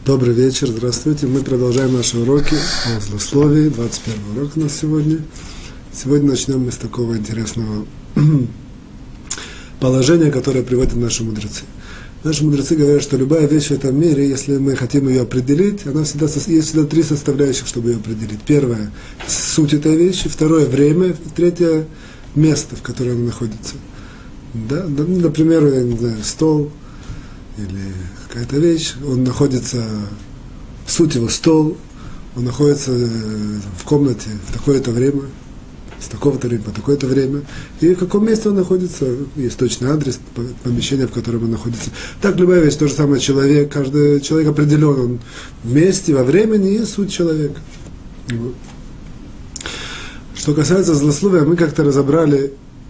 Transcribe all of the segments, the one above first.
Добрый вечер, здравствуйте. Мы продолжаем наши уроки о злословии. 21 урок у нас сегодня. Сегодня начнем мы с такого интересного положения, которое приводят наши мудрецы. Наши мудрецы говорят, что любая вещь в этом мире, если мы хотим ее определить, есть всегда три составляющих, чтобы ее определить. Первое – суть этой вещи. Второе – время. Третье – место, в котором она находится. Да? Например, я не знаю, стол или какая-то вещь, он находится, суть его стол, он находится в комнате в такое-то время, с такого-то времени по такое-то время, и в каком месте он находится, есть точный адрес помещения, в котором он находится. Так любая вещь, то же самое человек, каждый человек определен, он в месте, во времени и суть человека. Что касается злословия, мы как-то разобрали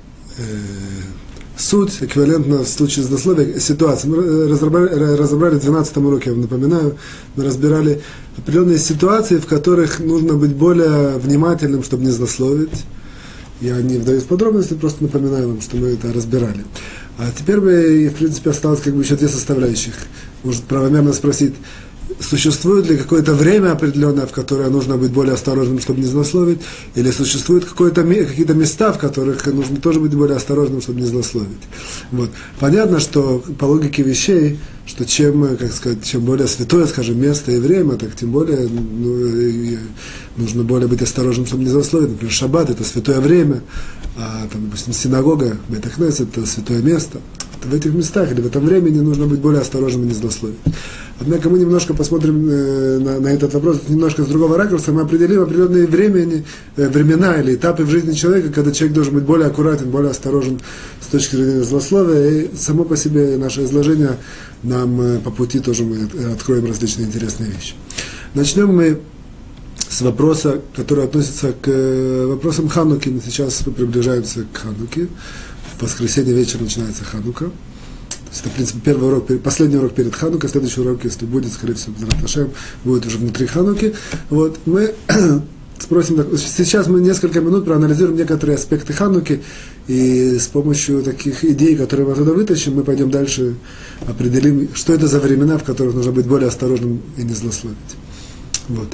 суть, эквивалентно в случае злословия, ситуации. Мы разобрали в 12 уроке, я вам напоминаю, мы разбирали определенные ситуации, в которых нужно быть более внимательным, чтобы не злословить. Я не вдаюсь в подробности, просто напоминаю вам, что мы это разбирали. А теперь мы, в принципе, осталось еще две составляющих. Может правомерно спросить, существует ли какое-то время определенное, в которое нужно быть более осторожным, чтобы не злословить, или существуют какие-то места, в которых нужно тоже быть более осторожным, чтобы не злословить. Вот. Понятно, что по логике вещей, что чем более святое, скажем, место и время, так тем более нужно более быть осторожным, чтобы не злословить. Например, шаббат – это святое время, а, допустим, синагога, бейт-кнесет – это святое место. В этих местах или в этом времени нужно быть более осторожным и не злословить. Однако мы немножко посмотрим на этот вопрос немножко с другого ракурса. Мы определим определенные времена или этапы в жизни человека, когда человек должен быть более аккуратен, более осторожен с точки зрения злословия. И само по себе наше изложение нам по пути тоже мы откроем различные интересные вещи. Начнем мы с вопроса, который относится к вопросам Хануки. Мы сейчас приближаемся к Хануке. В воскресенье вечер начинается Ханука. Это, в принципе, последний урок перед Ханукой, следующий урок, если будет, скорее всего, будет уже внутри Хануки. Вот, мы спросим, сейчас мы несколько минут проанализируем некоторые аспекты Хануки, и с помощью таких идей, которые мы оттуда вытащим, мы пойдем дальше, определим, что это за времена, в которых нужно быть более осторожным и не злословить. Вот.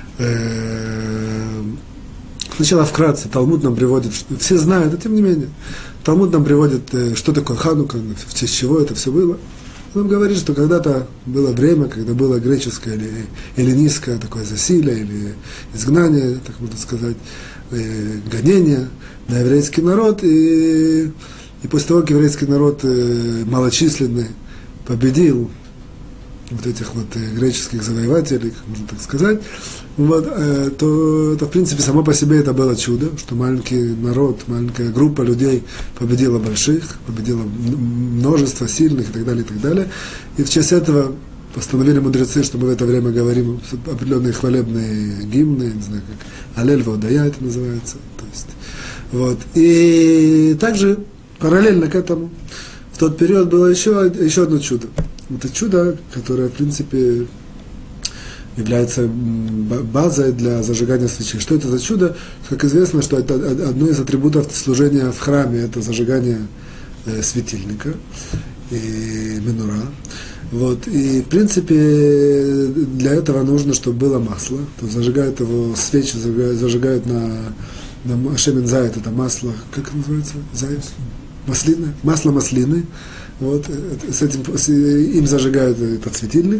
Сначала вкратце Талмуд нам приводит, все знают, а тем не менее, Талмуд нам приводит, что такое Ханука, в честь чего это все было. Он нам говорит, что когда-то было время, когда было греческое или эллинистское такое засилие, или изгнание, так можно сказать, гонение на еврейский народ, и после того, как еврейский народ малочисленный победил вот этих вот греческих завоевателей, как можно так сказать, вот, то в принципе само по себе это было чудо, что маленький народ, маленькая группа людей победила больших, победила множество сильных и так далее, и так далее. И в честь этого постановили мудрецы, что мы в это время говорим определенные хвалебные гимны, не знаю, как Алель Ваудая это называется. То есть, вот. И также параллельно к этому в тот период было еще одно чудо. Это чудо, которое, в принципе, является базой для зажигания свечей. Что это за чудо? Как известно, что это одно из атрибутов служения в храме, это зажигание светильника и минура. Вот. И, в принципе, для этого нужно, чтобы было масло. То зажигают его, свечи зажигают на шемен зайт, это масло, как это называется? Зайт? Маслины? Масло маслины. Вот, им зажигают этот светильник.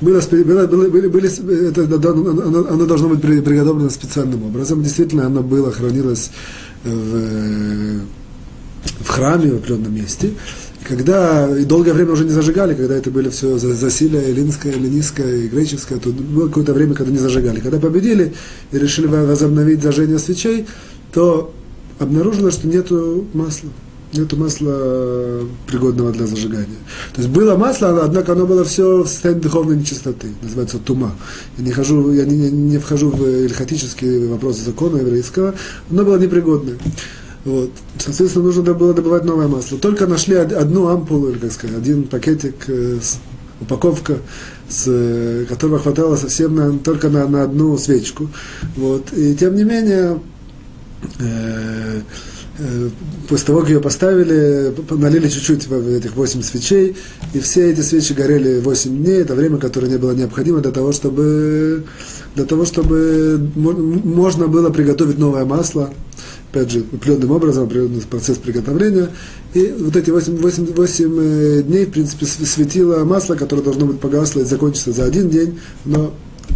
Оно должно быть приготовлено специальным образом. Действительно, оно хранилось в храме, в определенном месте. И долгое время уже не зажигали, когда это были все засилие эллинистское и греческое, то было какое-то время, когда не зажигали. Когда победили и решили возобновить зажжение свечей, то обнаружилось, что нету масла. Нету масла, пригодного для зажигания. То есть было масло, однако оно было все в состоянии духовной нечистоты, называется тума. Я не вхожу в ильхатические вопросы закона еврейского, оно было непригодное. Вот. Соответственно, нужно было добывать новое масло. Только нашли одну ампулу, или, как сказать, один пакетик, упаковка, которого хватало совсем только на одну свечку. Вот. И тем не менее, после того, как ее поставили, налили чуть-чуть в этих 8 свечей, и все эти свечи горели 8 дней, это время, которое не было необходимо для того, чтобы можно было приготовить новое масло, опять же, определенным образом, определенный процесс приготовления, и вот эти 8 дней, в принципе, светило масло, которое должно быть погасло и закончится за один день, но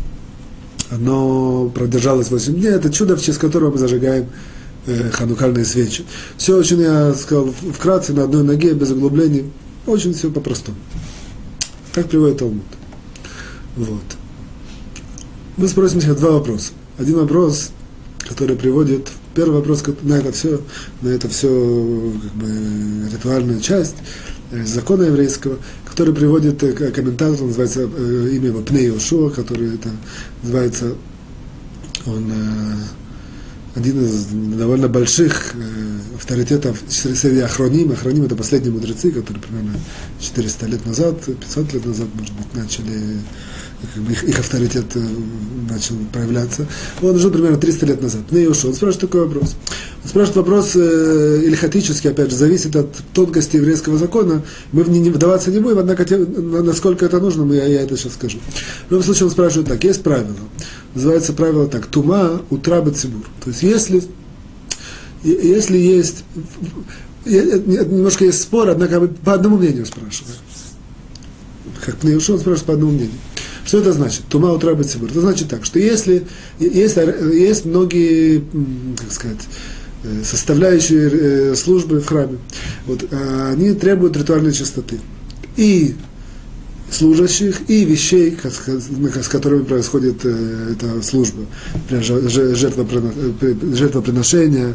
оно продержалось 8 дней, это чудо, в честь которого мы зажигаем ханукальные свечи. Все очень, я сказал, вкратце, на одной ноге, без углублений. Очень все по-простому. Как приводит Талмуд. Вот. Мы спросим сейчас два вопроса. Один вопрос, который приводит, первый вопрос на это все как бы, ритуальная часть закона еврейского, который приводит комментатор, называется имя его Пней Йошуа, который это называется, он один из довольно больших авторитетов среди ахроним. Ахроним — это последние мудрецы, которые примерно 400 лет назад, 500 лет назад, может быть, начали, как бы их авторитет начал проявляться. Он жил примерно 300 лет назад. Не ушел. Он спрашивает такой вопрос. Он спрашивает вопрос ильхатический, опять же, зависит от тонкости еврейского закона. Мы в не вдаваться не будем, однако насколько это нужно, я это сейчас скажу. В любом случае он спрашивает так. Есть правило. Называется правило так. Тума утрабы цибур. То есть если есть... Немножко есть спор, однако по одному мнению спрашивает. Как Пней Йошуа, он спрашивает по одному мнению. Что это значит? Тума утрабы цибур. Это значит так, что если есть многие, как сказать, составляющие службы в храме, вот, они требуют ритуальной чистоты. И служащих, и вещей, с которыми происходит эта служба. Например, жертвоприношения.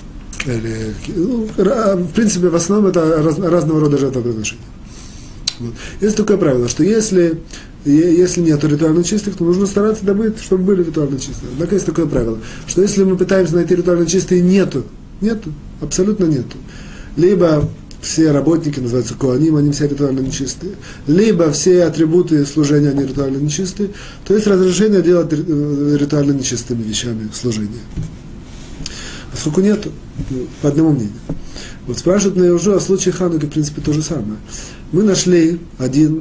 В принципе, в основном это разного рода жертвоприношения. Вот. Есть такое правило, что если нет ритуально чистых, то нужно стараться добыть, чтобы были ритуально чистые. Однако есть такое правило, что если мы пытаемся найти ритуально чистые, нету, абсолютно нету. Либо все работники называются коаним, они все ритуально нечистые, либо все атрибуты служения, они ритуально нечистые, то есть разрешение делать ритуально нечистыми вещами служения. Поскольку нету, по одному мнению. Вот спрашивают на Йошуа, в случае Хануки, в принципе, то же самое. Мы нашли одну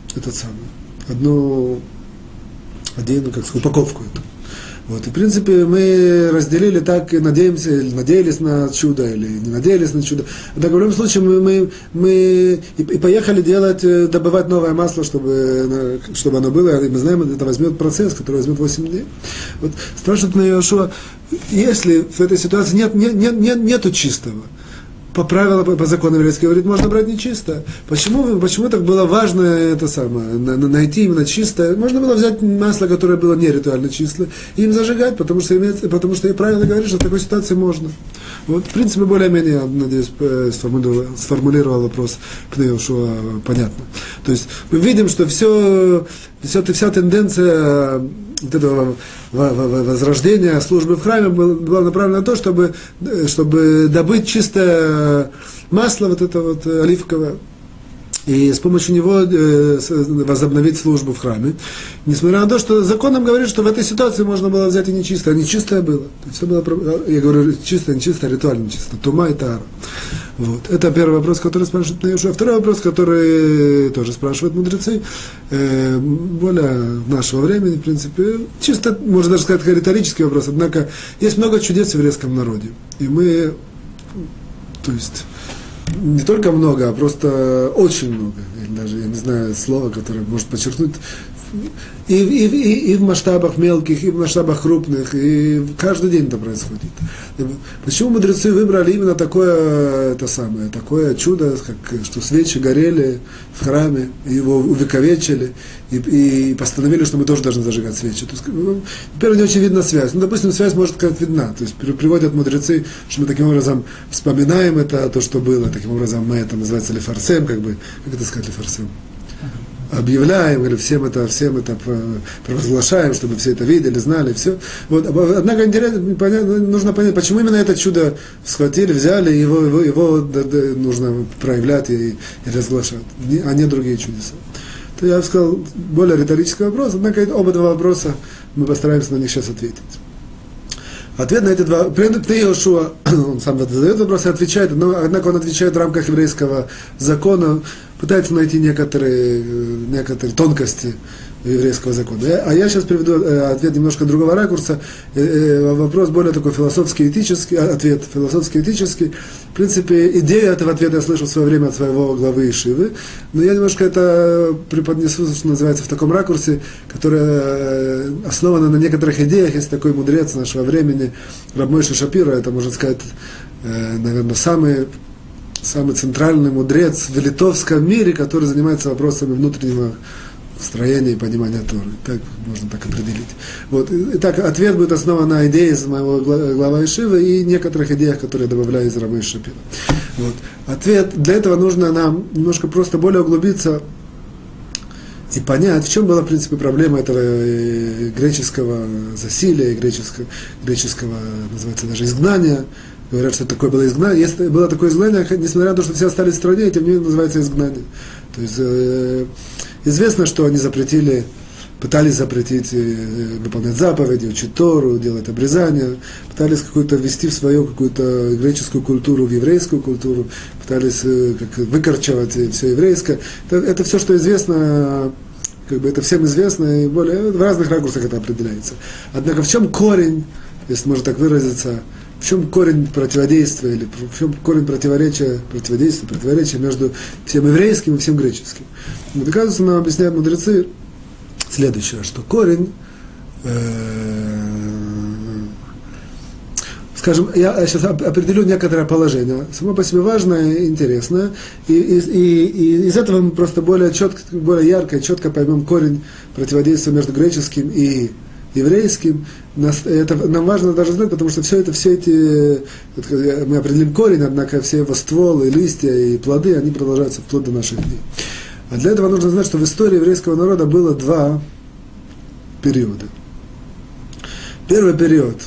упаковку эту. Вот. И, в принципе, мы разделили так, надеялись на чудо или не надеялись на чудо. Так, в любом случае, мы поехали добывать новое масло, чтобы оно было. И мы знаем, это возьмет процесс, который возьмет 8 дней. Вот. Спрашивают на Йошуа, если в этой ситуации нету чистого, по правилам, по закону еврейского, говорит, можно брать нечистое. Почему так было важно это самое, найти именно чистое? Можно было взять масло, которое было не ритуально чистое, и им зажигать, потому что правило говорит, что в такой ситуации можно. Вот, в принципе, более-менее, я надеюсь, сформулировал вопрос Пней Йошуа понятно. То есть мы видим, что вся тенденция вот этого возрождения службы в храме была направлена на то, чтобы добыть чистое масло, вот это вот оливковое, и с помощью него возобновить службу в храме. Несмотря на то, что законом говорит, что в этой ситуации можно было взять и нечистое, а нечистое было. Все было, я говорю, чистое, нечистое, ритуально нечистое. Тума и таара. Вот. Это первый вопрос, который спрашивает Пней Йошуа. Второй вопрос, который тоже спрашивают мудрецы, более нашего времени, в принципе, чисто, можно даже сказать, риторический вопрос, однако есть много чудес в еврейском народе. И мы, то есть, не только много, а просто очень много. Или даже, я не знаю, слово, которое может подчеркнуть. И в масштабах мелких, и в масштабах крупных, и каждый день это происходит. Почему мудрецы выбрали именно такое чудо, что свечи горели в храме, его увековечили, и постановили, что мы тоже должны зажигать свечи. То есть, во-первых, не очень видна связь. Допустим, связь может как видна. То есть приводят мудрецы, что мы таким образом вспоминаем то, что было, таким образом мы это называется лефарсем, как это сказать лефарсем? Объявляем, или всем это провозглашаем, чтобы все это видели, знали, все. Вот. Однако интересно, нужно понять, почему именно это чудо схватили, взяли, его нужно проявлять и разглашать, а не другие чудеса. То я бы сказал, более риторический вопрос, однако оба два вопроса мы постараемся на них сейчас ответить. Ответ на эти два... Пней Йошуа, он сам задает вопрос и отвечает, но, однако он отвечает в рамках еврейского закона, пытается найти некоторые тонкости еврейского закона. А я сейчас приведу ответ немножко другого ракурса. Вопрос более такой философский-этический, ответ философский-этический. В принципе, идею этого ответа я слышал в свое время от своего главы Ишивы, но я немножко это преподнесу, что называется, в таком ракурсе, которое основано на некоторых идеях. Есть такой мудрец нашего времени, Рав Мойше Шапиро, это, можно сказать, наверное, самый центральный мудрец в литовском мире, который занимается вопросами внутреннего строения и понимания Торы. Так можно так определить. Вот. Итак, ответ будет основан на идее из моего глава Ишивы и некоторых идеях, которые я добавляю из Рава Шапира. Вот. Ответ. Для этого нужно нам немножко просто более углубиться и понять, в чем была, в принципе, проблема этого греческого засилия, греческого, называется, даже изгнания. Говорят, что такое было изгнание. Если было такое изгнание, несмотря на то, что все остались в стране, тем не менее называется изгнание. То есть известно, что они пытались запретить выполнять заповеди, учить Тору, делать обрезания, пытались какую-то ввести в свою какую-то греческую культуру, в еврейскую культуру, пытались выкорчевать все еврейское. Это все, что известно, это всем известно, и более в разных ракурсах это определяется. Однако в чем корень, если можно так выразиться, в чем корень противодействия, или в чем корень противоречия между всем еврейским и всем греческим? Вот, оказывается, нам объясняют мудрецы следующее, что корень, скажем, я сейчас определю некоторое положение, само по себе важное и интересное, и из этого мы просто более ярко и четко поймем корень противодействия между греческим и еврейским. Это нам важно даже знать, потому что все эти, мы определим корень, однако все его стволы, листья и плоды, они продолжаются вплоть до наших дней. А для этого нужно знать, что в истории еврейского народа было два периода. Первый период,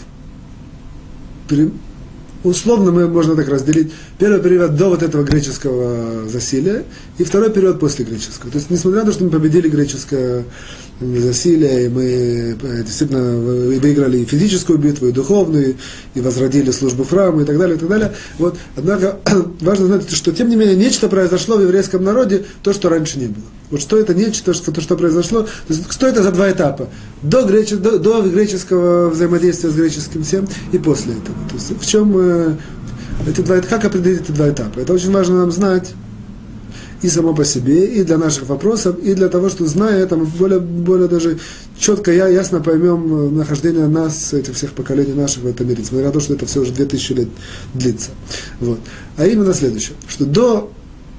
условно можно так разделить, первый период до вот этого греческого засилия, и второй период после греческого. То есть, несмотря на то, что мы победили греческое засилие, и мы действительно выиграли и физическую битву, и духовную, и возродили службу в храме, и так далее, вот, однако, важно знать, что, тем не менее, нечто произошло в еврейском народе, то, что раньше не было. Вот что это нечто, что произошло, то есть, что это за два этапа? До греческого взаимодействия с греческим всем, и после этого. То есть, в чем как определить эти два этапа? Это очень важно нам знать, и само по себе, и для наших вопросов, и для того, что, зная это, мы более даже четко, ясно поймем нахождение нас, этих всех поколений наших в этом мире, несмотря на то, что это все уже 2000 лет длится. Вот. А именно следующее, что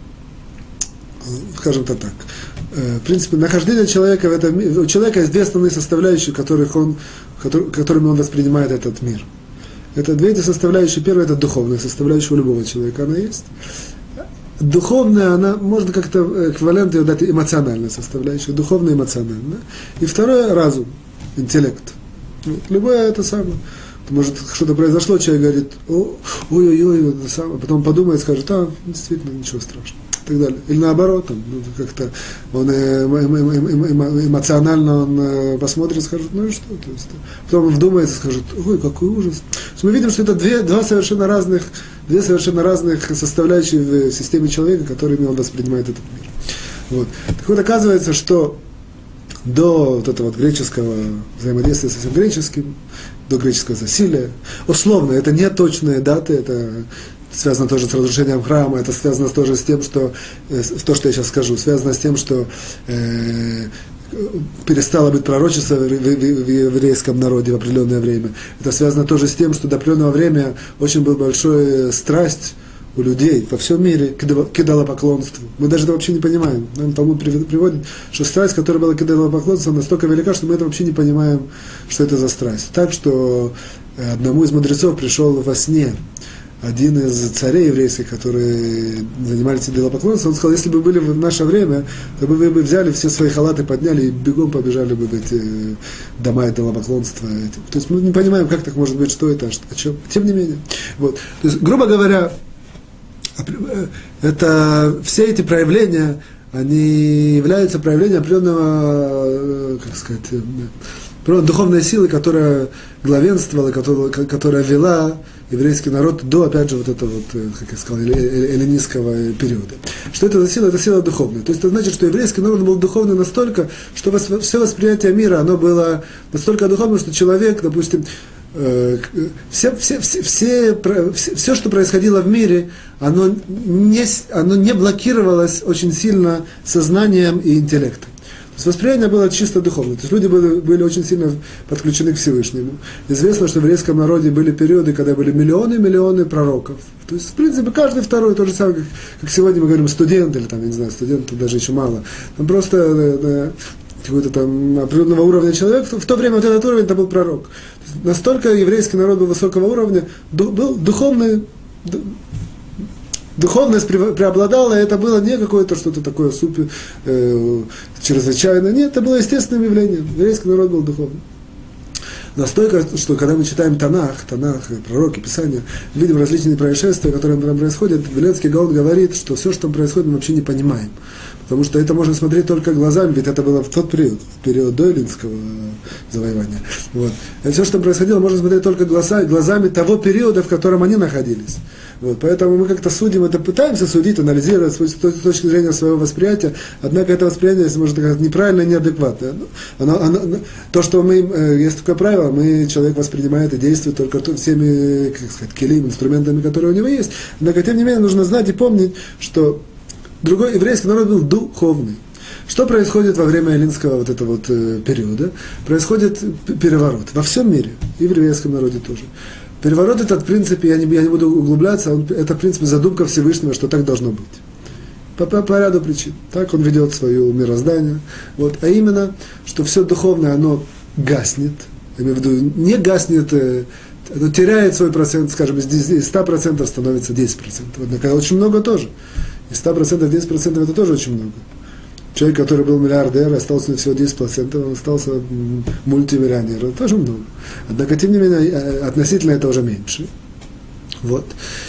скажем так, в принципе, нахождение человека в этом мире, у человека есть две основные составляющие, которыми он воспринимает этот мир. Это две эти составляющие. Первая – это духовная составляющая у любого человека, она есть. Духовная, она, можно как-то эквивалент ее дать эмоциональной составляющей, духовная, эмоциональная. И второе – разум, интеллект. Вот, любое это самое. Может, что-то произошло, человек говорит, ой-ой-ой, это самое. Потом подумает, скажет, действительно, ничего страшного. И так далее. Или наоборот, как-то он эмоционально он посмотрит, скажет, ну и что? То есть, потом он вдумается, скажет, ой, какой ужас. То есть мы видим, что это две совершенно разных составляющие в системе человека, которыми он воспринимает этот мир. Вот. Так вот, оказывается, что до вот этого греческого взаимодействия со всем греческим, до греческого засилия, условно, это не точные даты, это связано тоже с разрушением храма, это связано тоже с тем, что, то, что я сейчас скажу, связано с тем, что перестало быть пророчество в еврейском народе в определенное время. Это связано тоже с тем, что до определенного времени очень была большая страсть у людей во всем мире к идолопоклонству. Мы даже это вообще не понимаем. Нам Талмуд приводит, что страсть, которая была к идолопоклонству, настолько велика, что мы это вообще не понимаем, что это за страсть. Так что одному из мудрецов пришел во сне один из царей еврейских, которые занимались идолопоклонством, он сказал, если бы были в наше время, то бы вы бы взяли все свои халаты, подняли и бегом побежали бы в эти дома идолопоклонства. То есть мы не понимаем, как так может быть, что это, о чем. Тем не менее. Вот. То есть, грубо говоря, это все эти проявления, они являются проявлением определенного, духовной силы, которая главенствовала, которая вела еврейский народ до, опять же, вот этого, как я сказал, эллинистского периода. Что это за сила? Это сила духовная. То есть это значит, что еврейский народ был духовный настолько, что все восприятие мира, оно было настолько духовным, что человек, допустим, все, что происходило в мире, оно не блокировалось очень сильно сознанием и интеллектом. То есть восприятие было чисто духовное. То есть люди были очень сильно подключены к Всевышнему. Известно, что в еврейском народе были периоды, когда были миллионы пророков. То есть, в принципе, каждый второй, то же самое, как сегодня мы говорим, студент, или там, я не знаю, студентов даже еще мало. Там просто какого-то там определенного уровня человек, в то время вот этот уровень, это был пророк. Настолько еврейский народ был высокого уровня, был духовный, духовность преобладала, и это было не какое-то что-то такое супер, чрезвычайное. Нет, это было естественным явлением. Еврейский народ был духовным. Настолько, что когда мы читаем Танах, пророки, Писания, видим различные происшествия, которые там происходят, Виленский Гаон говорит, что все, что там происходит, мы вообще не понимаем. Потому что это можно смотреть только глазами, ведь это было в тот период, в период до эллинского завоевания. Вот. И все, что там происходило, можно смотреть только глазами того периода, в котором они находились. Вот. Поэтому мы как-то судим это, пытаемся судить, анализировать с точки зрения своего восприятия, однако это восприятие, если можно сказать, неправильное, неадекватное. То, что мы, есть такое правило, человек воспринимает и действует только всеми, как сказать, келим, инструментами, которые у него есть. Однако, тем не менее, нужно знать и помнить, что другой еврейский народ был духовный. Что происходит во время эллинского вот этого вот периода? Происходит переворот во всем мире, и в еврейском народе тоже. Переворот этот, в принципе, я не буду углубляться, это, в принципе, задумка Всевышнего, что так должно быть. По ряду причин. Так он ведет свое мироздание. Вот. А именно, что все духовное, оно гаснет. Я имею в виду, не гаснет, оно теряет свой процент, скажем, из 100% становится 10%. Однако очень много тоже. Из 100% 10% это тоже очень много. Человек, который был миллиардер, остался всего 10%, он остался мультимиллионером, тоже много. Однако, тем не менее, относительно это уже меньше. Вот.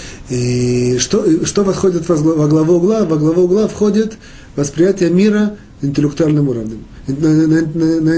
И что восходит во главу угла? Во главу угла входит восприятие мира интеллектуальным уровнем. На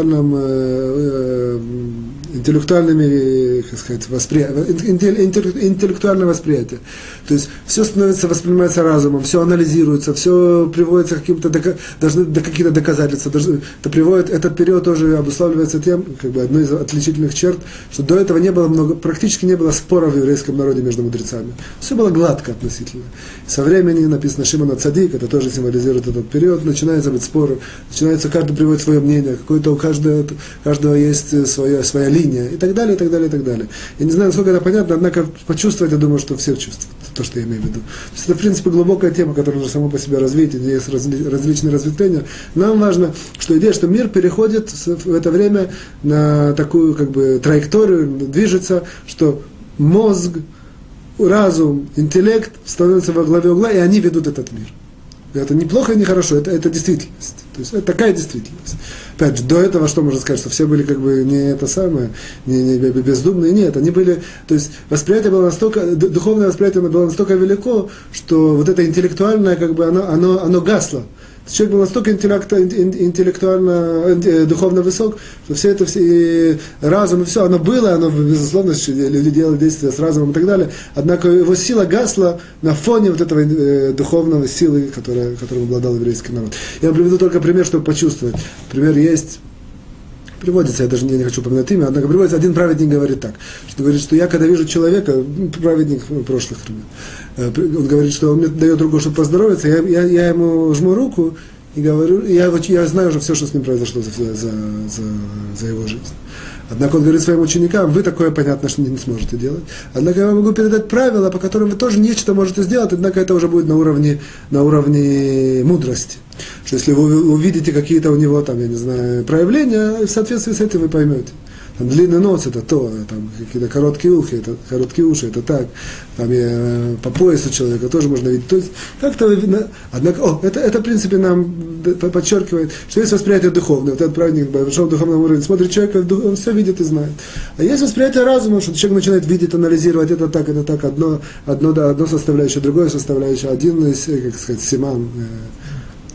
интеллектуальными, как сказать, интеллектуальное восприятие. То есть все воспринимается разумом, все анализируется, все приводится к каким-то до каких-то доказательств. Этот период тоже обуславливается тем, как бы одной из отличительных черт, что до этого практически не было споров в еврейском народе между мудрецами. Все было гладко относительно. Со времени написано Шимон ацадик, это тоже символизирует этот период, начинается быть споры, каждый приводит свое мнение, какое-то у каждого есть своя линия, и так далее, и так далее, и так далее. Я не знаю, насколько это понятно, однако почувствовать, я думаю, что все чувствуют то, что я имею в виду. То есть это, в принципе, глубокая тема, которая уже само по себе развить, где есть различные разветвления. Нам важно, что идея, что мир переходит в это время на такую, как бы, траекторию, движется, что мозг, разум, интеллект становятся во главе угла, и они ведут этот мир. Это не плохо и не хорошо, это действительность. То есть это такая действительность. Опять же, до этого что можно сказать, что все были как бы не это самое, не бездумные, нет, они были, то есть восприятие было настолько, духовное восприятие было настолько велико, что вот это интеллектуальное, как бы оно гасло. Человек был настолько интеллектуально, духовно высок, что все это, и разум, и все, оно было, оно, безусловно, люди делали действия с разумом и так далее, однако его сила гасла на фоне вот этого духовного силы, которым обладал еврейский народ. Я вам приведу только пример, чтобы почувствовать. Пример есть, приводится, я даже не хочу упоминать имя, однако приводится, один праведник говорит так, что говорит, что я когда вижу человека, праведник прошлых времен, он говорит, что он мне дает руку, чтобы поздороваться, я ему жму руку и говорю, я знаю уже все, что с ним произошло за его жизнь. Однако он говорит своим ученикам, вы такое, понятно, что не сможете делать. Однако я вам могу передать правила, по которым вы тоже нечто можете сделать, однако это уже будет на уровне мудрости. Что если вы увидите какие-то у него, там, я не знаю, проявления, в соответствии с этим вы поймете. Там, длинный нос это то, там, какие-то короткие уши, это так. Там, по поясу человека тоже можно видеть. То есть, как-то, однако, это в принципе нам подчеркивает, что есть восприятие духовное. Вот этот праведник пошел в духовном уровне, смотрит человека, он все видит и знает. А есть восприятие разума, что человек начинает видеть, анализировать, это так, одно составляющее, другое составляющее, один из, как сказать, семан,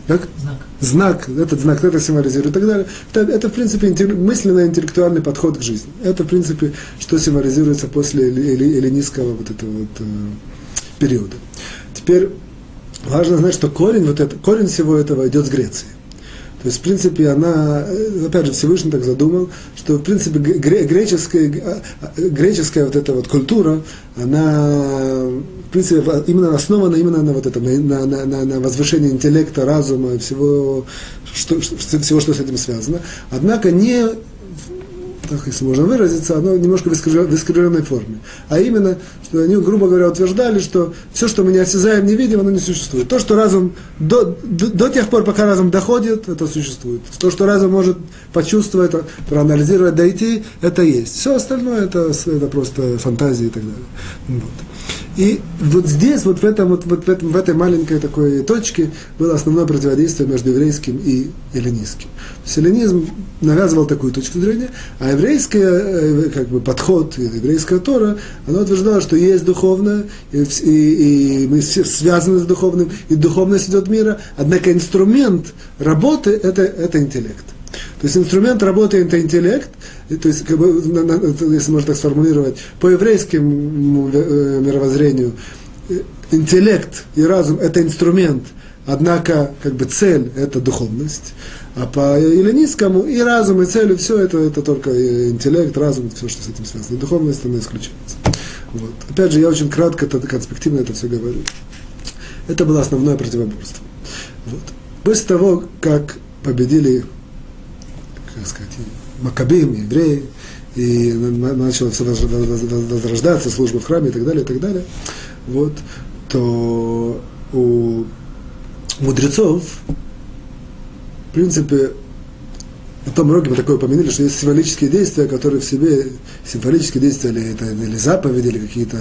Как? Знак, этот знак, это символизирует и так далее. Это в принципе, мысленно-интеллектуальный подход к жизни. Это, в принципе, что символизируется после эллинистского вот этого вот периода. Теперь важно знать, что корень всего этого идет с Греции. То есть, в принципе, она, опять же, Всевышний так задумал, что, в принципе, греческая вот эта вот культура, она, в принципе, именно основана именно на вот этом, на возвышении интеллекта, разума, всего, что с этим связано. Однако не, так если можно выразиться, оно немножко в искривленной форме. А именно, что они, грубо говоря, утверждали, что все, что мы не осязаем, не видим, оно не существует. То, что разум, до тех пор, пока разум доходит, это существует. То, что разум может почувствовать, проанализировать, дойти, это есть. Все остальное, это просто фантазии и так далее. Вот. И вот здесь, в этой маленькой такой точке было основное противодействие между еврейским и эллинистским. То есть эллинизм навязывал такую точку зрения, а еврейский подход, еврейская Тора, она утверждала, что есть духовное, и мы все связаны с духовным, и духовность идет мира, однако инструмент работы – это интеллект. То есть инструмент работы – это интеллект, то есть, если можно так сформулировать, по еврейскому мировоззрению интеллект и разум – это инструмент, однако цель – это духовность, а по эллинистскому и разум, и цель, и все это только интеллект, разум, все, что с этим связано. И духовность, она исключается. Вот. Опять же, я очень кратко, конспективно это все говорю. Это было основное противоборство. Вот. После того, как победили, Маккабеем, евреи, и начала все возрождаться, служба в храме и так далее, вот, то у мудрецов, в принципе, на том уроке мы такое упомянули, что есть символические действия, которые в себе, символические действия, или заповеди, или какие-то,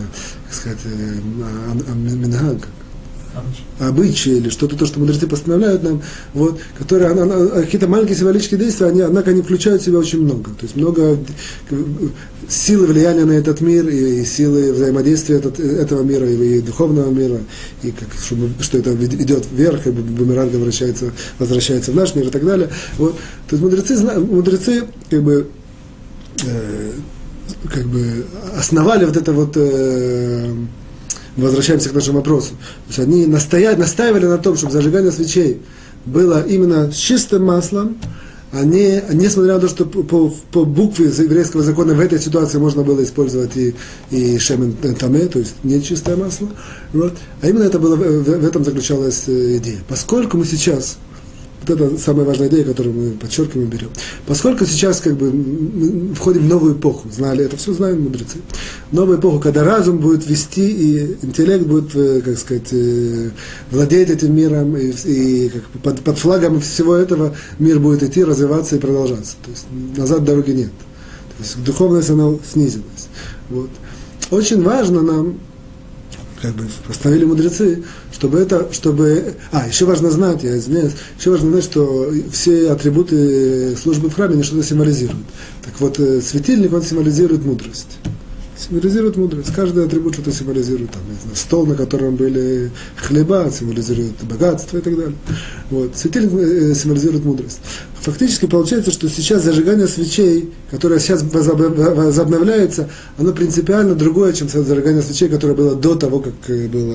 мингаг, обычаи или что-то, то, что мудрецы постановляют нам, вот, которые, какие-то маленькие символические действия, они включают в себя очень много. То есть много силы влияния на этот мир, и силы взаимодействия этого мира, и духовного мира, и что это идет вверх, и бумерангом возвращается в наш мир и так далее. Вот. То есть мудрецы основали вот это вот. Возвращаемся к нашему вопросу. То есть они настаивали на том, чтобы зажигание свечей было именно с чистым маслом, а не, несмотря на то, что по букве еврейского закона в этой ситуации можно было использовать и шемен таме, то есть нечистое масло. Вот. А именно это было, в этом заключалась идея. Поскольку мы сейчас, вот это самая важная идея, которую мы подчеркиваем и берем. Поскольку сейчас мы входим в новую эпоху, знали это, все знаем мудрецы, новую эпоху, когда разум будет вести, и интеллект будет, владеть этим миром, и под флагом всего этого мир будет идти, развиваться и продолжаться. То есть назад дороги нет. То есть духовность, она снизилась. Вот. Очень важно нам, постановили мудрецы, еще важно знать, я извиняюсь, еще важно знать, что все атрибуты службы в храме, они что-то символизируют. Так вот, светильник, он символизирует мудрость. Символизирует мудрость. Каждый атрибут что-то символизирует. Там, стол, на котором были хлеба, символизирует богатство и так далее. Вот. Светильник символизирует мудрость. Фактически получается, что сейчас зажигание свечей, которое сейчас возобновляется, оно принципиально другое, чем зажигание свечей, которое было до того, как было,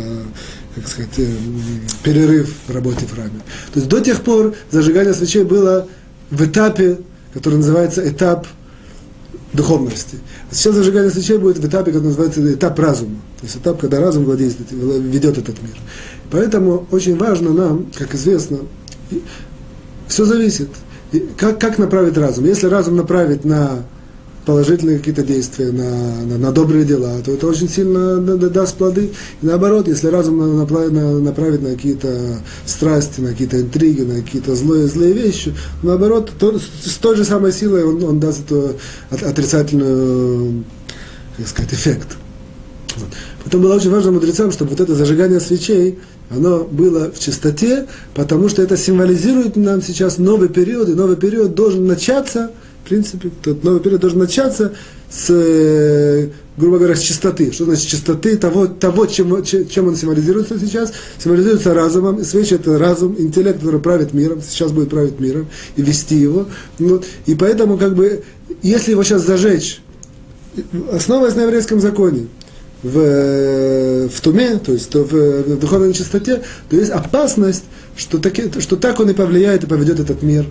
перерыв в работе в храме. То есть до тех пор зажигание свечей было в этапе, который называется этап духовности. А сейчас зажигание свечей будет в этапе, который называется этап разума. То есть этап, когда разум ведет этот мир. Поэтому очень важно нам, как известно, все зависит. Как направить разум? Если разум направить на положительные какие-то действия, на добрые дела, то это очень сильно даст плоды. И наоборот, если разум направить на какие-то страсти, на какие-то интриги, на какие-то злые вещи, наоборот, с той же самой силой он даст отрицательный, эффект. Вот. Потом было очень важно мудрецам, чтобы вот это зажигание свечей, оно было в чистоте, потому что это символизирует нам сейчас новый период, и новый период должен начаться В принципе, тот новый период должен начаться с, грубо говоря, с чистоты. Что значит чистоты? Того чем он символизируется сейчас. Символизируется разумом. Свечи – это разум, интеллект, который правит миром. Сейчас будет править миром и вести его. Вот. И поэтому, если его сейчас зажечь, основываясь на еврейском законе, в туме, то есть в духовной чистоте, то есть опасность, что так он и повлияет и поведет этот мир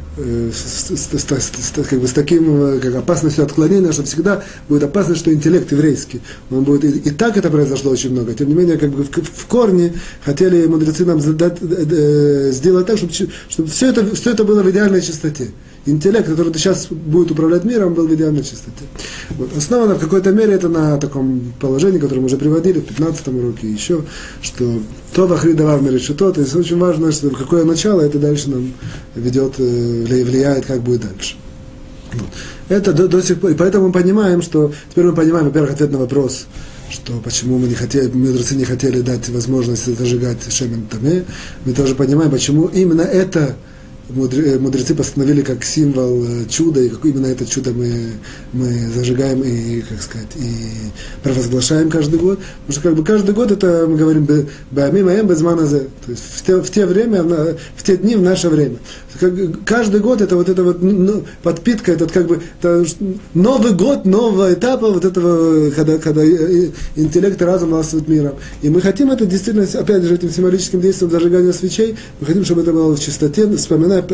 с таким как опасностью отклонения, что всегда будет опасность, что интеллект еврейский, он будет, и так это произошло очень много. Тем не менее, в корне хотели мудрецы нам сделать так, чтобы все это было в идеальной чистоте. Интеллект, который сейчас будет управлять миром, был в идеальной чистоте. Вот. Основано в какой-то мере это на таком положении, которое мы уже приводили в 15 уроке еще, что то вахридава в мире что-то, то есть очень важно, что какое начало это дальше нам ведет, влияет, как будет дальше. Вот. Это до сих пор, и поэтому мы понимаем, что, теперь мы понимаем, во-первых, ответ на вопрос, что почему мудрецы не хотели дать возможность зажигать шемен таме, мы тоже понимаем, почему именно это мудрецы постановили как символ чуда, и именно это чудо мы зажигаем и, как сказать, и провозглашаем каждый год. Потому что каждый год это мы говорим «Баамим аэм безманазе», то есть в те дни, в наше время. Каждый год это подпитка, это Новый год, нового этапа вот этого, когда интеллект и разум властвуют миром. И мы хотим это действительно, опять же, этим символическим действием зажигания свечей, мы хотим, чтобы это было в чистоте, вспоминая,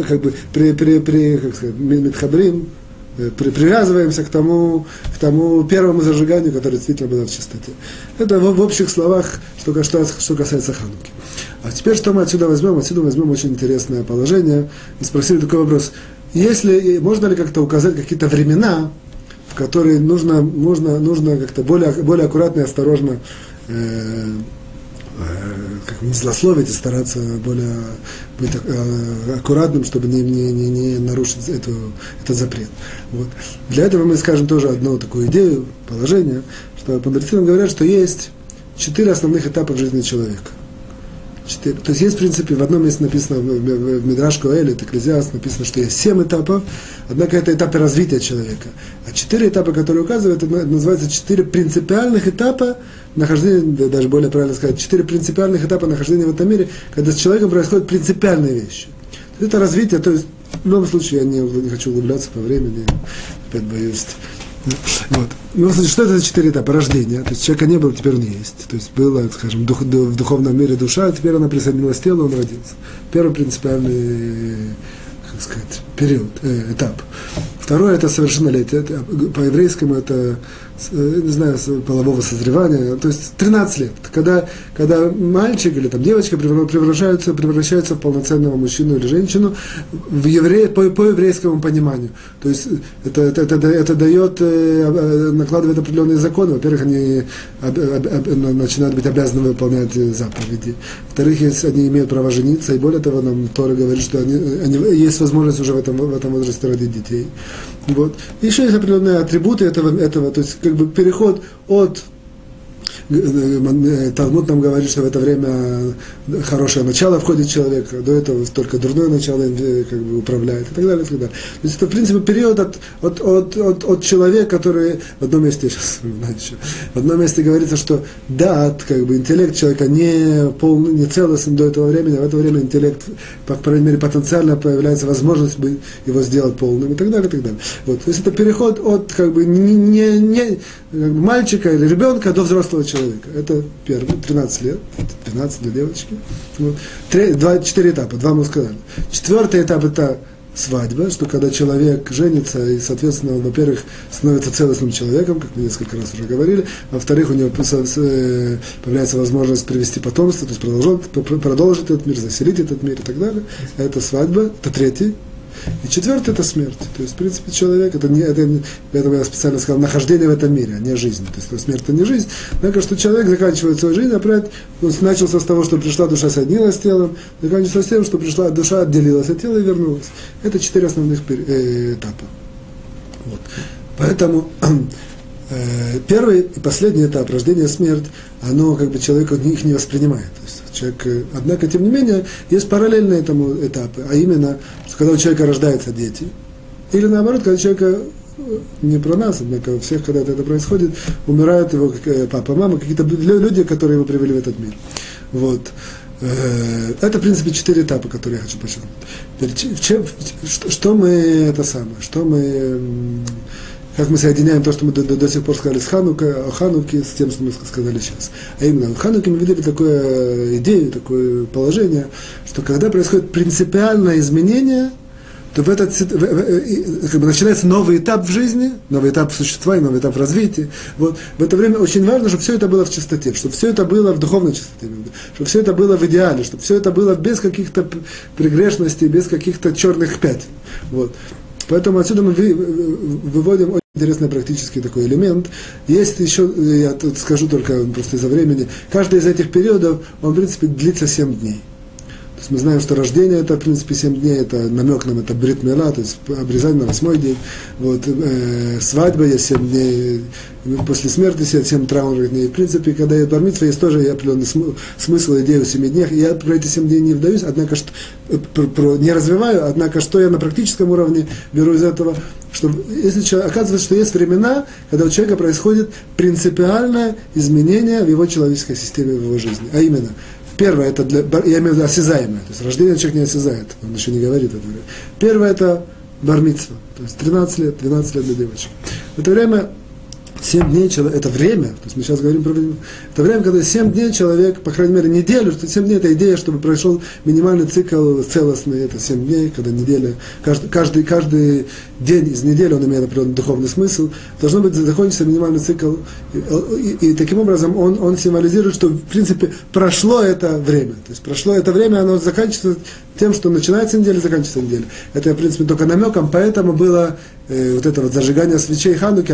Митхабрим, привязываемся к тому первому зажиганию, которое действительно было в чистоте. Это в общих словах, что касается Хануки. А теперь что мы отсюда возьмем? Отсюда возьмем очень интересное положение. Мы спросили такой вопрос. Можно ли как-то указать какие-то времена, в которые нужно как-то более аккуратно и осторожно не злословить и стараться более быть аккуратным, чтобы не нарушить этот запрет. Вот. Для этого мы скажем тоже одну такую идею, положение, что мудрецы нам говорят, что есть 4 основных этапа в жизни человека. То есть есть, в принципе, в одном месте написано, в Мидраш Коэль, это Экклезиаст, написано, что есть 7 этапов, однако это этапы развития человека. А 4 этапа, которые указывают, это называется 4 принципиальных этапа нахождения, даже более правильно сказать, 4 принципиальных этапа нахождения в этом мире, когда с человеком происходят принципиальные вещи. Это развитие, то есть, в любом случае, я не хочу углубляться по времени, опять боюсь. Вот. Ну, что это за 4 этапа? Рождения. То есть человека не было, теперь он есть. То есть было, скажем, в духовном мире душа, теперь она присоединилась к телу, он родился. Первый принципиальный, как сказать, период, этап. Второе – это совершеннолетие. По-еврейскому это, не знаю, полового созревания. То есть 13 лет. Когда мальчик или там, девочка превращаются в полноценного мужчину или женщину по еврейскому пониманию. То есть это дает, накладывает определенные законы. Во-первых, они начинают быть обязаны выполнять заповеди. Во-вторых, они имеют право жениться. И более того, нам Тора говорит, что есть возможность уже в этом возрасте родить детей. Вот. Еще есть определенные атрибуты этого, то есть переход от Талмуд нам говорит, что в это время хорошее начало входит в человека, до этого только дурное начало управляет и так далее, и так далее. То есть это, в принципе, период от человека, который в одном месте, в одном месте говорится, что интеллект человека не полный, не целостен до этого времени, а в это время интеллект, по крайней мере, потенциально появляется возможность его сделать полным и так далее, и так далее. Вот. То есть это переход от мальчика или ребенка до взрослого человека. Это первый, 13 лет, 12 для девочки. Вот. 4 этапа, 2 мы сказали. 4-й этап – это свадьба, что когда человек женится, и, соответственно, он, во-первых, становится целостным человеком, как мы несколько раз уже говорили, во-вторых, у него появляется возможность привести потомство, то есть продолжить этот мир, заселить этот мир и так далее. Это свадьба, это 3-й. И 4-й – это смерть. То есть, в принципе, человек, поэтому я специально сказал, нахождение в этом мире, а не жизнь. То есть, смерть – это не жизнь. Однако, что человек заканчивает свою жизнь, опять начался с того, что пришла душа, соединилась с телом, заканчивается с тем, что пришла душа, отделилась от тела и вернулась. Это 4 основных этапа. Вот. Поэтому первый и последний этап, рождение и смерть, оно человек их не воспринимает. То есть, однако, тем не менее, есть параллельные этому этапы, а именно, что когда у человека рождаются дети, Или наоборот, когда человека, не про нас, однако у всех, когда это происходит, умирают его папа, мама, какие-то люди, которые его привели в этот мир. Вот. Это, в принципе, 4 этапа, которые я хочу подчеркнуть. Что мы это самое, как мы соединяем то, что мы до сих пор сказали о Хануке, с тем, что мы сказали сейчас. А именно, в Хануке мы видели такую идею, такое положение, что когда происходит принципиальное изменение, то начинается новый этап в жизни, новый этап существования, новый этап развития. Вот. В это время очень важно, чтобы все это было в чистоте, чтобы все это было в духовной чистоте, чтобы все это было в идеале, чтобы все это было без каких-то прегрешностей, без каких-то черных пятен. Вот. Поэтому отсюда мы выводим очень интересный практический такой элемент. Есть еще, я тут скажу только просто из-за времени, каждый из этих периодов, он в принципе длится 7 дней. То есть мы знаем, что рождение это, в принципе, 7 дней, это намек нам, это брит мила, то есть обрезание на 8-й день. Вот, свадьба есть 7 дней, после смерти 7 траурных дней. В принципе, когда есть бар мицва, есть тоже определенный смысл, идея в 7 днях. Я про эти 7 дней не вдаюсь, однако, не развиваю, однако, что я на практическом уровне беру из этого, что если оказывается, что есть времена, когда у человека происходит принципиальное изменение в его человеческой системе, в его жизни. А именно, первое, это я имею в виду осязаемое, то есть рождение человек не осязает, он еще не говорит это. Первое, это бар мицва, то есть 13 лет, 12 лет для девочек. В это время 7 дней человек, это время, то есть мы сейчас говорим про время, это время, когда 7 дней человек, по крайней мере, неделю, что 7 дней это идея, чтобы прошел минимальный цикл целостный, это 7 дней, когда неделя, каждый день из недели он имеет определенный духовный смысл, должно быть закончиться минимальный цикл, и таким образом он символизирует, что в принципе прошло это время, то есть прошло это время, оно заканчивается тем, что начинается неделя, заканчивается неделя. Это, в принципе, только намеком, поэтому было вот это вот зажигание свечей Хануки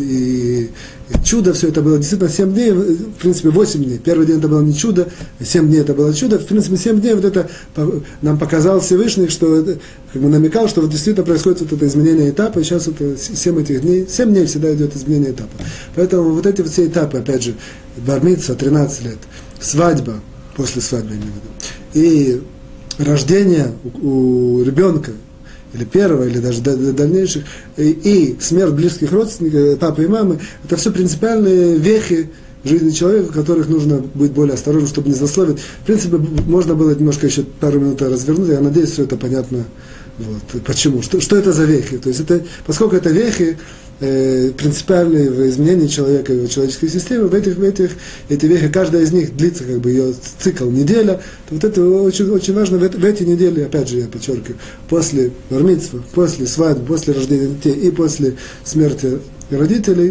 и чудо, все это было действительно 7 дней, в принципе 8 дней. Первый день это было не чудо, 7 дней это было чудо, в принципе 7 дней вот это нам показал Всевышний, что это, как бы намекал, что вот действительно происходит вот это изменение этапа, и сейчас это 7 этих дней, 7 дней всегда идет изменение этапа. Поэтому вот эти все этапы, опять же, бар мицва 13 лет, свадьба, после свадьбы, я имею в виду, и рождение у ребенка, или первого, или даже дальнейших, и смерть близких родственников, папы и мамы, это все принципиальные вехи жизни человека, которых нужно быть более осторожным, чтобы не злословить. В принципе, можно было немножко еще пару минут развернуть, я надеюсь, что это понятно. Вот. Почему? Что это за вехи? То есть это, поскольку это вехи, принципиальные в изменении человека и его человеческой системы, эти вехи, каждая из них длится, как бы ее цикл неделя, то вот это очень, очень важно в эти недели, опять же я подчеркиваю, после бар мицвы, после свадьбы, после рождения детей и после смерти родителей,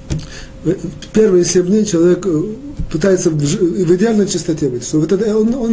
первые 7 дней человек пытается в идеальной чистоте быть, что вот это,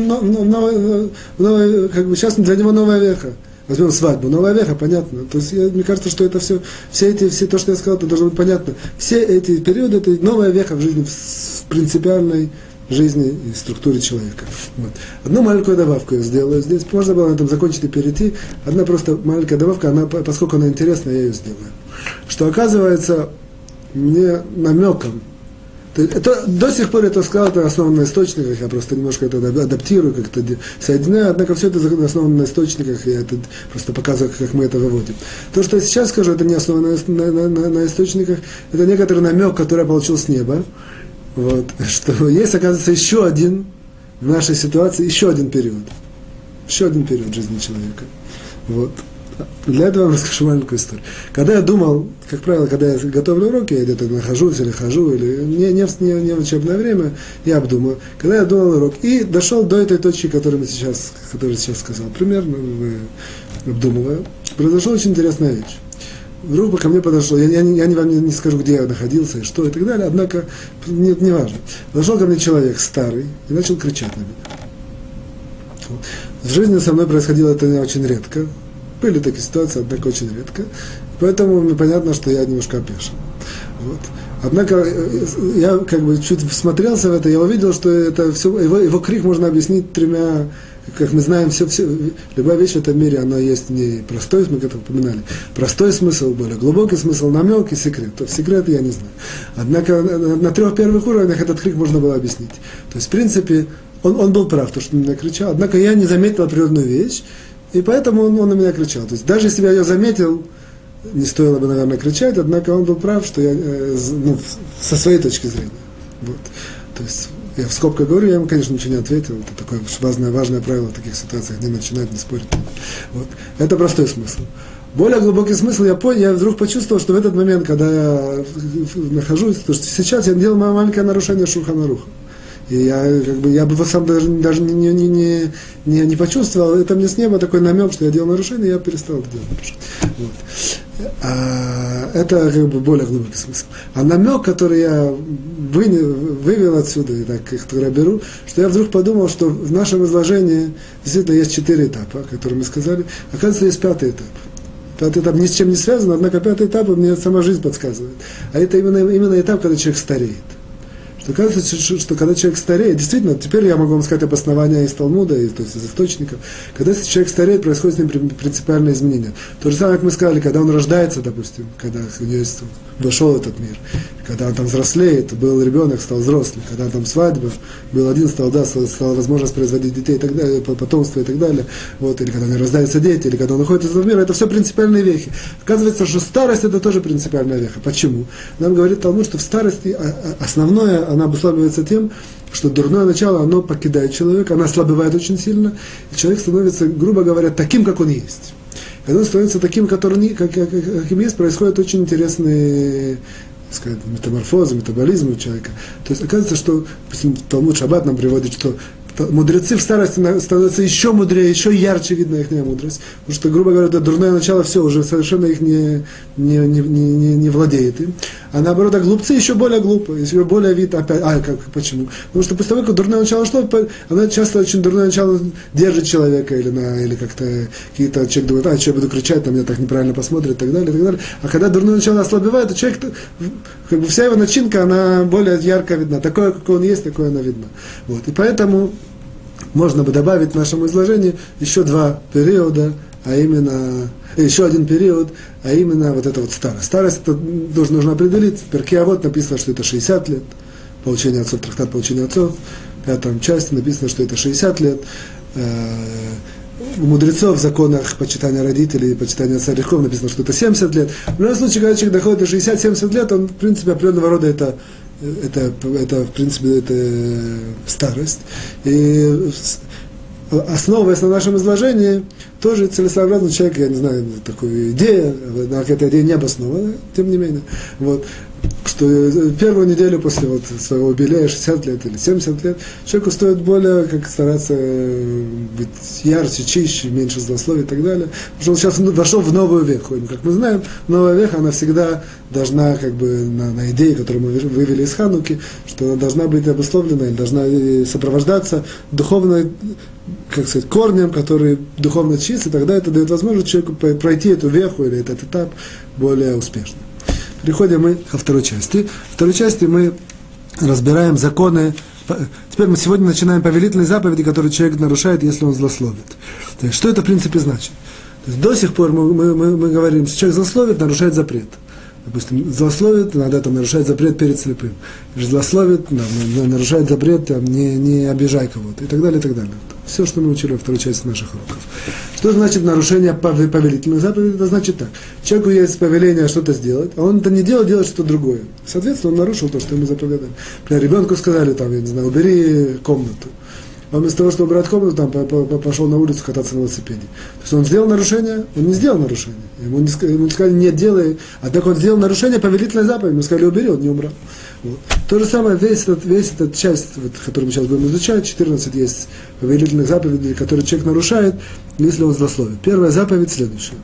как бы сейчас для него новая веха. Возьмем свадьбу, новая веха, понятно. То есть мне кажется, что это все то, что я сказал, это должно быть понятно. Все эти периоды, это новая веха в жизни, в принципиальной жизни и структуре человека. Вот. Одну маленькую добавку я сделаю. Здесь можно было на этом закончить и перейти. Одна просто маленькая добавка, поскольку она интересна, я ее сделаю. Что оказывается мне намеком, это, до сих пор я это сказал, это основано на источниках, я просто немножко это адаптирую, как-то соединяю, однако все это основано на источниках, я это просто показываю, как мы это выводим. То, что я сейчас скажу, это не основано на источниках, это некоторый намек, который я получил с неба, вот, что есть, оказывается, еще один, в нашей ситуации, еще один период жизни человека. Вот. Для этого я вам расскажу маленькую историю. Когда я думал, как правило, когда я готовлю уроки, я где-то нахожусь или хожу, или не в учебное время, я обдумываю. Когда я думал урок и дошел до этой точки, которую сейчас сказал, примерно обдумываю, произошла очень интересная вещь. Вдруг ко мне подошел, я вам не скажу, где я находился и что и так далее, однако не важно. Подошел ко мне человек старый и начал кричать на меня. В жизни со мной происходило это не очень редко. Были такие ситуации, однако очень редко. Поэтому мне понятно, что я немножко опешил. Вот. Однако я как бы чуть всмотрелся в это, я увидел, что это все, его крик можно объяснить 3, как мы знаем, любая вещь в этом мире, она есть не простой, мы это упоминали, простой смысл, более глубокий смысл, намек и секрет. То секрет я не знаю. Однако на 3 первых уровнях этот крик можно было объяснить. То есть, в принципе, он был прав, то, что он меня кричал, однако я не заметил определенную вещь, и поэтому он на меня кричал. То есть даже если бы я ее заметил, не стоило бы, наверное, кричать, однако он был прав, что я, со своей точки зрения. Вот. То есть, я в скобках говорю, я ему, конечно, ничего не ответил. Это такое важное правило в таких ситуациях, не начинать, не спорить. Вот. Это простой смысл. Более глубокий смысл я понял, я вдруг почувствовал, что в этот момент, когда я нахожусь, то что сейчас я делал маленькое нарушение Шулхан Аруха. И я бы сам даже не почувствовал, это мне с неба такой намек, что я делал нарушение, и я перестал это делать нарушение. Вот. Это более глубокий смысл. А намек, который я вывел отсюда, и так, который я беру, что я вдруг подумал, что в нашем изложении действительно есть 4 этапа, которые мы сказали, оказывается, есть 5-й этап. 5-й этап ни с чем не связан, однако 5-й этап мне сама жизнь подсказывает. А это именно этап, когда человек стареет. Что оказывается, что когда человек стареет, действительно, теперь я могу вам сказать обоснования из Талмуда, то есть из источников, когда человек стареет, происходит с ним принципиальное изменение. То же самое, как мы сказали, когда он рождается, допустим, когда у него вошел в этот мир, когда он там взрослеет, был ребенок, стал взрослым, когда там свадьба, был один, стала возможность производить детей и так далее, потомство и так далее, вот, или когда у него рождаются дети, или когда он уходит из этого мира, это все принципиальные вехи. Оказывается, что старость это тоже принципиальная веха. Почему? Нам говорит Талмуд, что в старости основное, она обуславливается тем, что дурное начало, оно покидает человека, оно ослабевает очень сильно, и человек становится, грубо говоря, таким, как он есть. Когда он становится таким, каким есть, происходят очень интересные, так сказать, метаморфозы, метаболизм у человека. То есть оказывается, что Талмуд Шаббат нам приводит, что мудрецы в старости становятся еще мудрее, еще ярче видна их мудрость. Потому что, грубо говоря, это дурное начало все, уже совершенно их не владеет им. А наоборот, глупцы еще более глупые, еще более вид опять. Почему? Потому что после того, как дурное начало шло, она часто очень дурное начало держит человека, или как-то какие-то человек думает, что я буду кричать, на меня так неправильно посмотрят, и так далее, и так далее. А когда дурное начало ослабевает, то человек, вся его начинка, она более ярко видна. Такое, какое он есть, такое она видна. Вот. И поэтому можно бы добавить к нашему изложению еще 2 периода, а именно, еще один период, а именно вот эта вот старость. Старость это нужно определить. В Перке Авот написано, что это 60 лет. Получение отцов, трактат получения отцов. В 5 части написано, что это 60 лет. У мудрецов в законах почитания родителей, почитания цариков написано, что это 70 лет. В любом случае, когда человек доходит до 60-70 лет, он, в принципе, определенного рода это в принципе, это старость. И основываясь на нашем изложении, тоже целесообразно человек, я не знаю, такую идею, однако эта идея не обоснована, тем не менее. Вот. Что первую неделю после своего юбилея, 60 лет или 70 лет, человеку стоит более стараться быть ярче, чище, меньше злословия и так далее. Потому что он сейчас вошел в новую веху. И, как мы знаем, новая веха, она всегда должна, на идее, которую мы вывели из Хануки, что она должна быть обусловлена, или должна сопровождаться духовной, корнем, который духовно чист, и тогда это дает возможность человеку пройти эту веху или этот этап более успешно. Переходим мы ко второй части. В второй части мы разбираем законы. Теперь мы сегодня начинаем повелительные заповеди, которые человек нарушает, если он злословит. То есть, что это в принципе значит? То есть, до сих пор мы говорим, что человек злословит, нарушает запрет. Допустим, злословит, надо нарушать запрет перед слепым. Злословит, нарушает запрет, не обижай кого-то, и так далее, и так далее. Все, что мы учили во второй части наших уроков. Что значит нарушение повелительных заповедей? Это значит так. Человеку есть повеление что-то сделать, а он это не делает, делает что-то другое. Соответственно, он нарушил то, что ему заповедали. Например, ребенку сказали, я не знаю, убери комнату. Он вместо того, чтобы убрать комнату, пошел на улицу кататься на велосипеде. То есть он сделал нарушение, он не сделал нарушение. Ему сказали, не делай, а так он сделал нарушение, повелительной заповеди. Ему сказали, убери, он не убрал. Вот. То же самое, весь эта часть, которую мы сейчас будем изучать, 14 есть повелительных заповедей, которые человек нарушает, если он злословит. Первая заповедь следующая.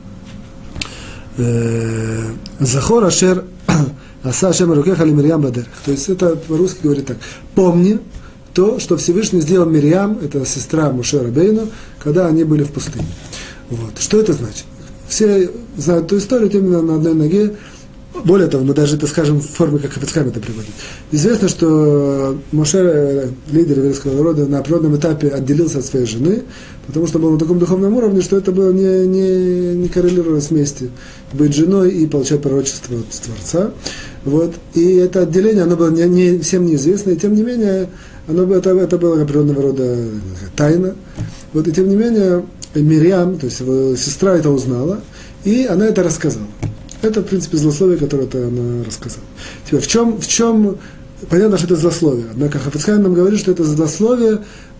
Захор ашер аса ашем рукеха ли Мирьям бадерех. То есть это по-русски говорит так. Помни то, что Всевышний сделал Мирьям, это сестра Моше Рабейну, когда они были в пустыне. Вот. Что это значит? Все знают эту историю, именно на одной ноге. Более того, мы даже это скажем в форме, как Хафец-Хаим это приводит. Известно, что Моше, лидер еврейского народа, на определенном этапе отделился от своей жены, потому что был на таком духовном уровне, что это было не коррелировалось вместе. Быть женой и получать пророчество от Творца. Вот. И это отделение, оно было всем неизвестно, и тем не менее, это было определенного рода тайна. Вот, и тем не менее, Мирьям, то есть его сестра это узнала, и она это рассказала. Это, в принципе, злословие, которое она рассказала. Теперь, в чем понятно, что это злословие. Однако Хафец Хаим нам говорит, что это злословие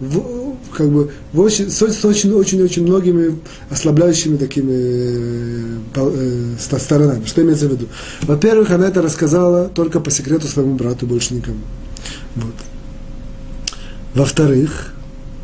с очень многими ослабляющими такими сторонами. Что имеется в виду? Во-первых, она это рассказала только по секрету своему брату, больше никому. Вот. Во-вторых,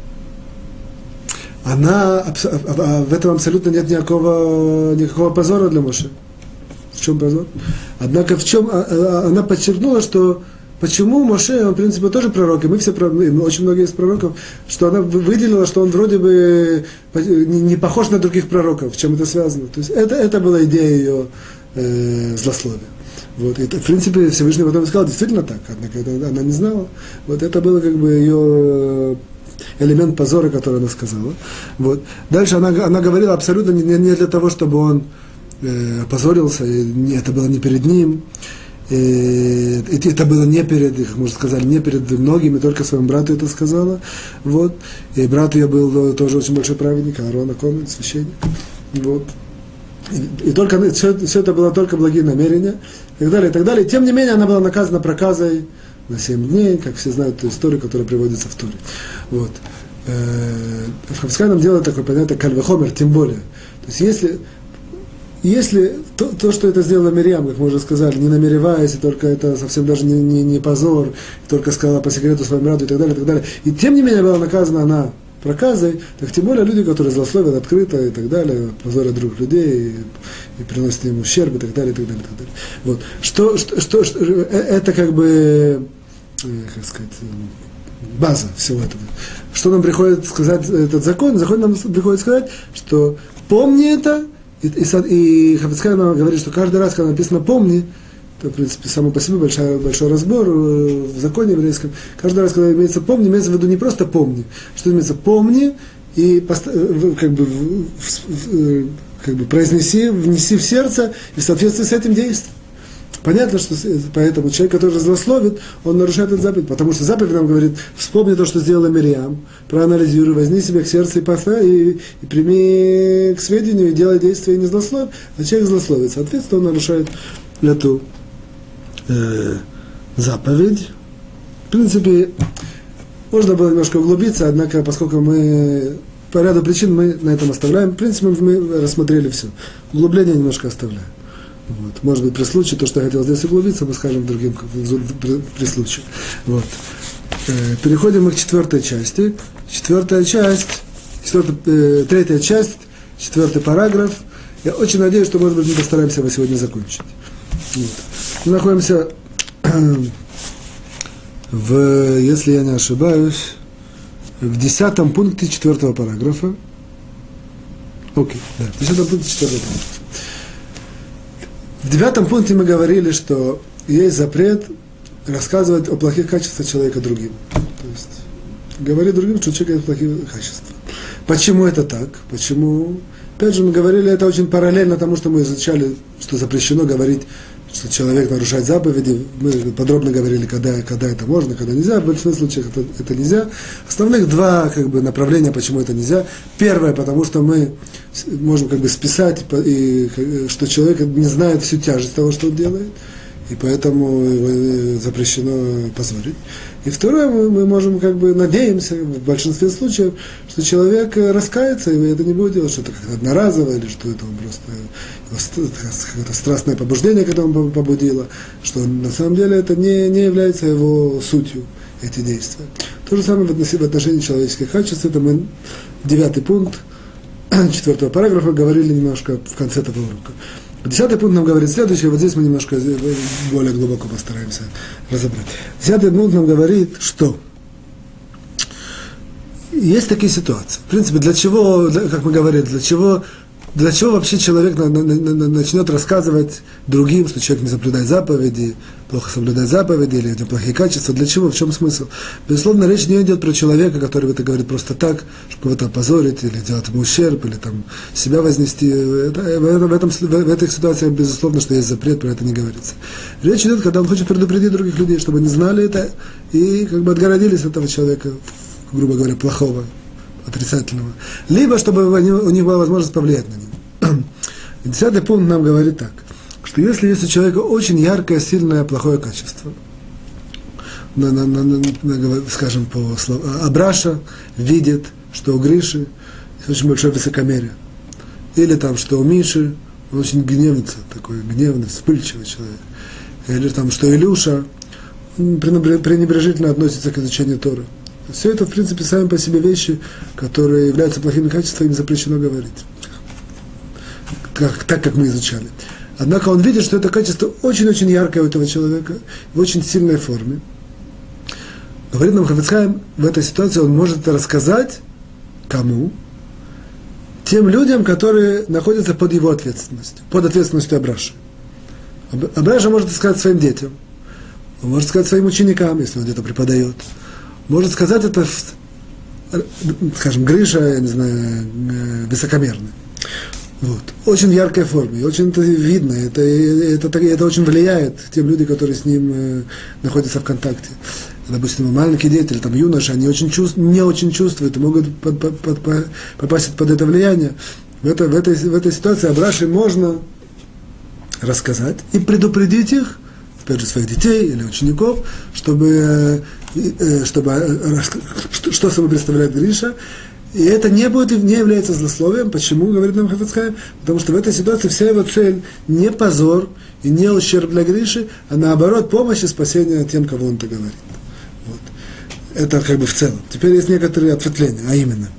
в этом абсолютно нет никакого позора для Моше. В чем позор? Однако она подчеркнула, что почему Моше, он, в принципе, тоже пророк, и мы все очень многие из пророков, что она выделила, что он вроде бы не похож на других пророков, с чем это связано. То есть это была идея ее злословия. Вот. И, в принципе, Всевышний потом сказал, действительно так, однако она не знала. Вот это было как бы ее элемент позора, который она сказала. Вот. Дальше она говорила абсолютно не для того, чтобы он опозорился, это было не перед ним. Это было не перед, их, можно сказать, не перед многими, только своему брату это сказала. Вот. И брат ее был тоже очень большой праведник, Аарон Коэн, священник. Вот. И только все это было только благие намерения, и так далее, и так далее. И, тем не менее, она была наказана проказой на 7 дней, как все знают эту историю, которая приводится в Торе. Вот. Хафец Хаим нам делает такое понятие каль-вехомер, тем более. То есть, если то, что это сделала Мирьям, как мы уже сказали, не намереваясь, и только это совсем даже не позор, только сказала по секрету своему брату и так далее, и тем не менее была наказана она проказой, так тем более люди, которые злословят открыто и так далее, позорят других людей и приносят им ущерб и так далее, и так далее, и так далее. Вот. Что это как бы, как сказать, база всего этого. Что нам приходит сказать этот закон? Закон нам приходит сказать, что помни это, и Хафец Хаим говорит, что каждый раз, когда написано «помни», это, в принципе, само по себе большой разбор в законе еврейском. Каждый раз, когда имеется «помни», имеется в виду не просто «помни». Что имеется «помни» и произнеси, внеси в сердце и в соответствии с этим действием. Понятно, что поэтому человек, который злословит, он нарушает эту заповедь, потому что заповедь нам говорит: вспомни то, что сделала Мирьям, проанализируй, возьми себя к сердцу и прими к сведению, и делай действия и не злословь, а человек злословит. Соответственно, он нарушает эту заповедь. В принципе, можно было немножко углубиться, однако, поскольку мы по ряду причин мы на этом оставляем, в принципе, мы рассмотрели все. Углубление немножко оставляем. Вот. Может быть, при случае, то, что я хотел здесь углубиться, мы скажем другим при случае. Вот. Переходим мы к 4 части. 4 часть, 3 часть, 4 параграф. Я очень надеюсь, что, может быть, мы постараемся его сегодня закончить. Вот. Мы находимся если я не ошибаюсь, в 10 пункте 4 параграфа. Окей, да, в 10 пункте 4 параграфа. В 9 пункте мы говорили, что есть запрет рассказывать о плохих качествах человека другим. То есть говорить другим, что у человека есть плохие качества. Почему это так? Почему? Опять же, мы говорили, это очень параллельно тому, что мы изучали, что запрещено говорить, что человек нарушает заповеди. Мы подробно говорили, когда это можно, когда нельзя. В большинстве случаев это нельзя. Основных 2 направления, почему это нельзя. Первое, потому что мы можем списать, что человек не знает всю тяжесть того, что он делает, и поэтому его запрещено позорить. И второе, мы можем надеемся в большинстве случаев, что человек раскается, и это не будет делать что-то как одноразово, или что это он просто какое-то страстное побуждение, которое он побудило, что на самом деле это не является его сутью, эти действия. То же самое в отношении человеческих качеств. Это мы 9 пункт 4 параграфа говорили немножко в конце этого урока. 10 пункт нам говорит следующее, вот здесь мы немножко более глубоко постараемся разобрать. 10 пункт нам говорит, что есть такие ситуации. В принципе, для чего, как мы говорили, для чего вообще человек начнет рассказывать другим, что человек не соблюдает заповеди, плохо соблюдает заповеди, или у него плохие качества? Для чего? В чем смысл? Безусловно, речь не идет про человека, который это говорит просто так, чтобы кого-то опозорить, или делать ему ущерб, или себя вознести. В этих ситуациях, безусловно, что есть запрет, про это не говорится. Речь идет, когда он хочет предупредить других людей, чтобы они знали это и отгородились от этого человека, грубо говоря, плохого, отрицательного, либо чтобы у них была возможность повлиять на него. 10 пункт нам говорит так, что если есть у человека очень яркое, сильное, плохое качество, скажем, по слову, Абраша видит, что у Гриши есть очень большое высокомерие. Или там, что у Миши он очень гневится, такой гневный, вспыльчивый человек. Или там, что Илюша он пренебрежительно относится к изучению Торы. Все это, в принципе, сами по себе вещи, которые являются плохими качествами, им запрещено говорить. Так, как мы изучали. Однако он видит, что это качество очень-очень яркое у этого человека, в очень сильной форме. Говорит нам Хафец Хаим, в этой ситуации он может это рассказать кому? Тем людям, которые находятся под его ответственностью, под ответственностью Абраша. Абраша может сказать своим детям, он может сказать своим ученикам, если он где-то преподает. Может сказать это, скажем, Гриша, я не знаю, высокомерный. Вот. Очень в яркой форме, очень это видно, это очень влияет тем людям, которые с ним находятся в контакте. Допустим, маленькие дети или там юноши, они не очень чувствуют и могут попасть под это влияние. В этой ситуации Абраше можно рассказать и предупредить их, опять же, своих детей или учеников, что собой представляет Гриша. И это не является злословием. Почему, говорит нам Хафец Хаим? Потому что в этой ситуации вся его цель не позор и не ущерб для Гриши, а наоборот помощь и спасение тем, кого он-то говорит. Вот. Это как бы в целом. Теперь есть некоторые ответвления, а именно.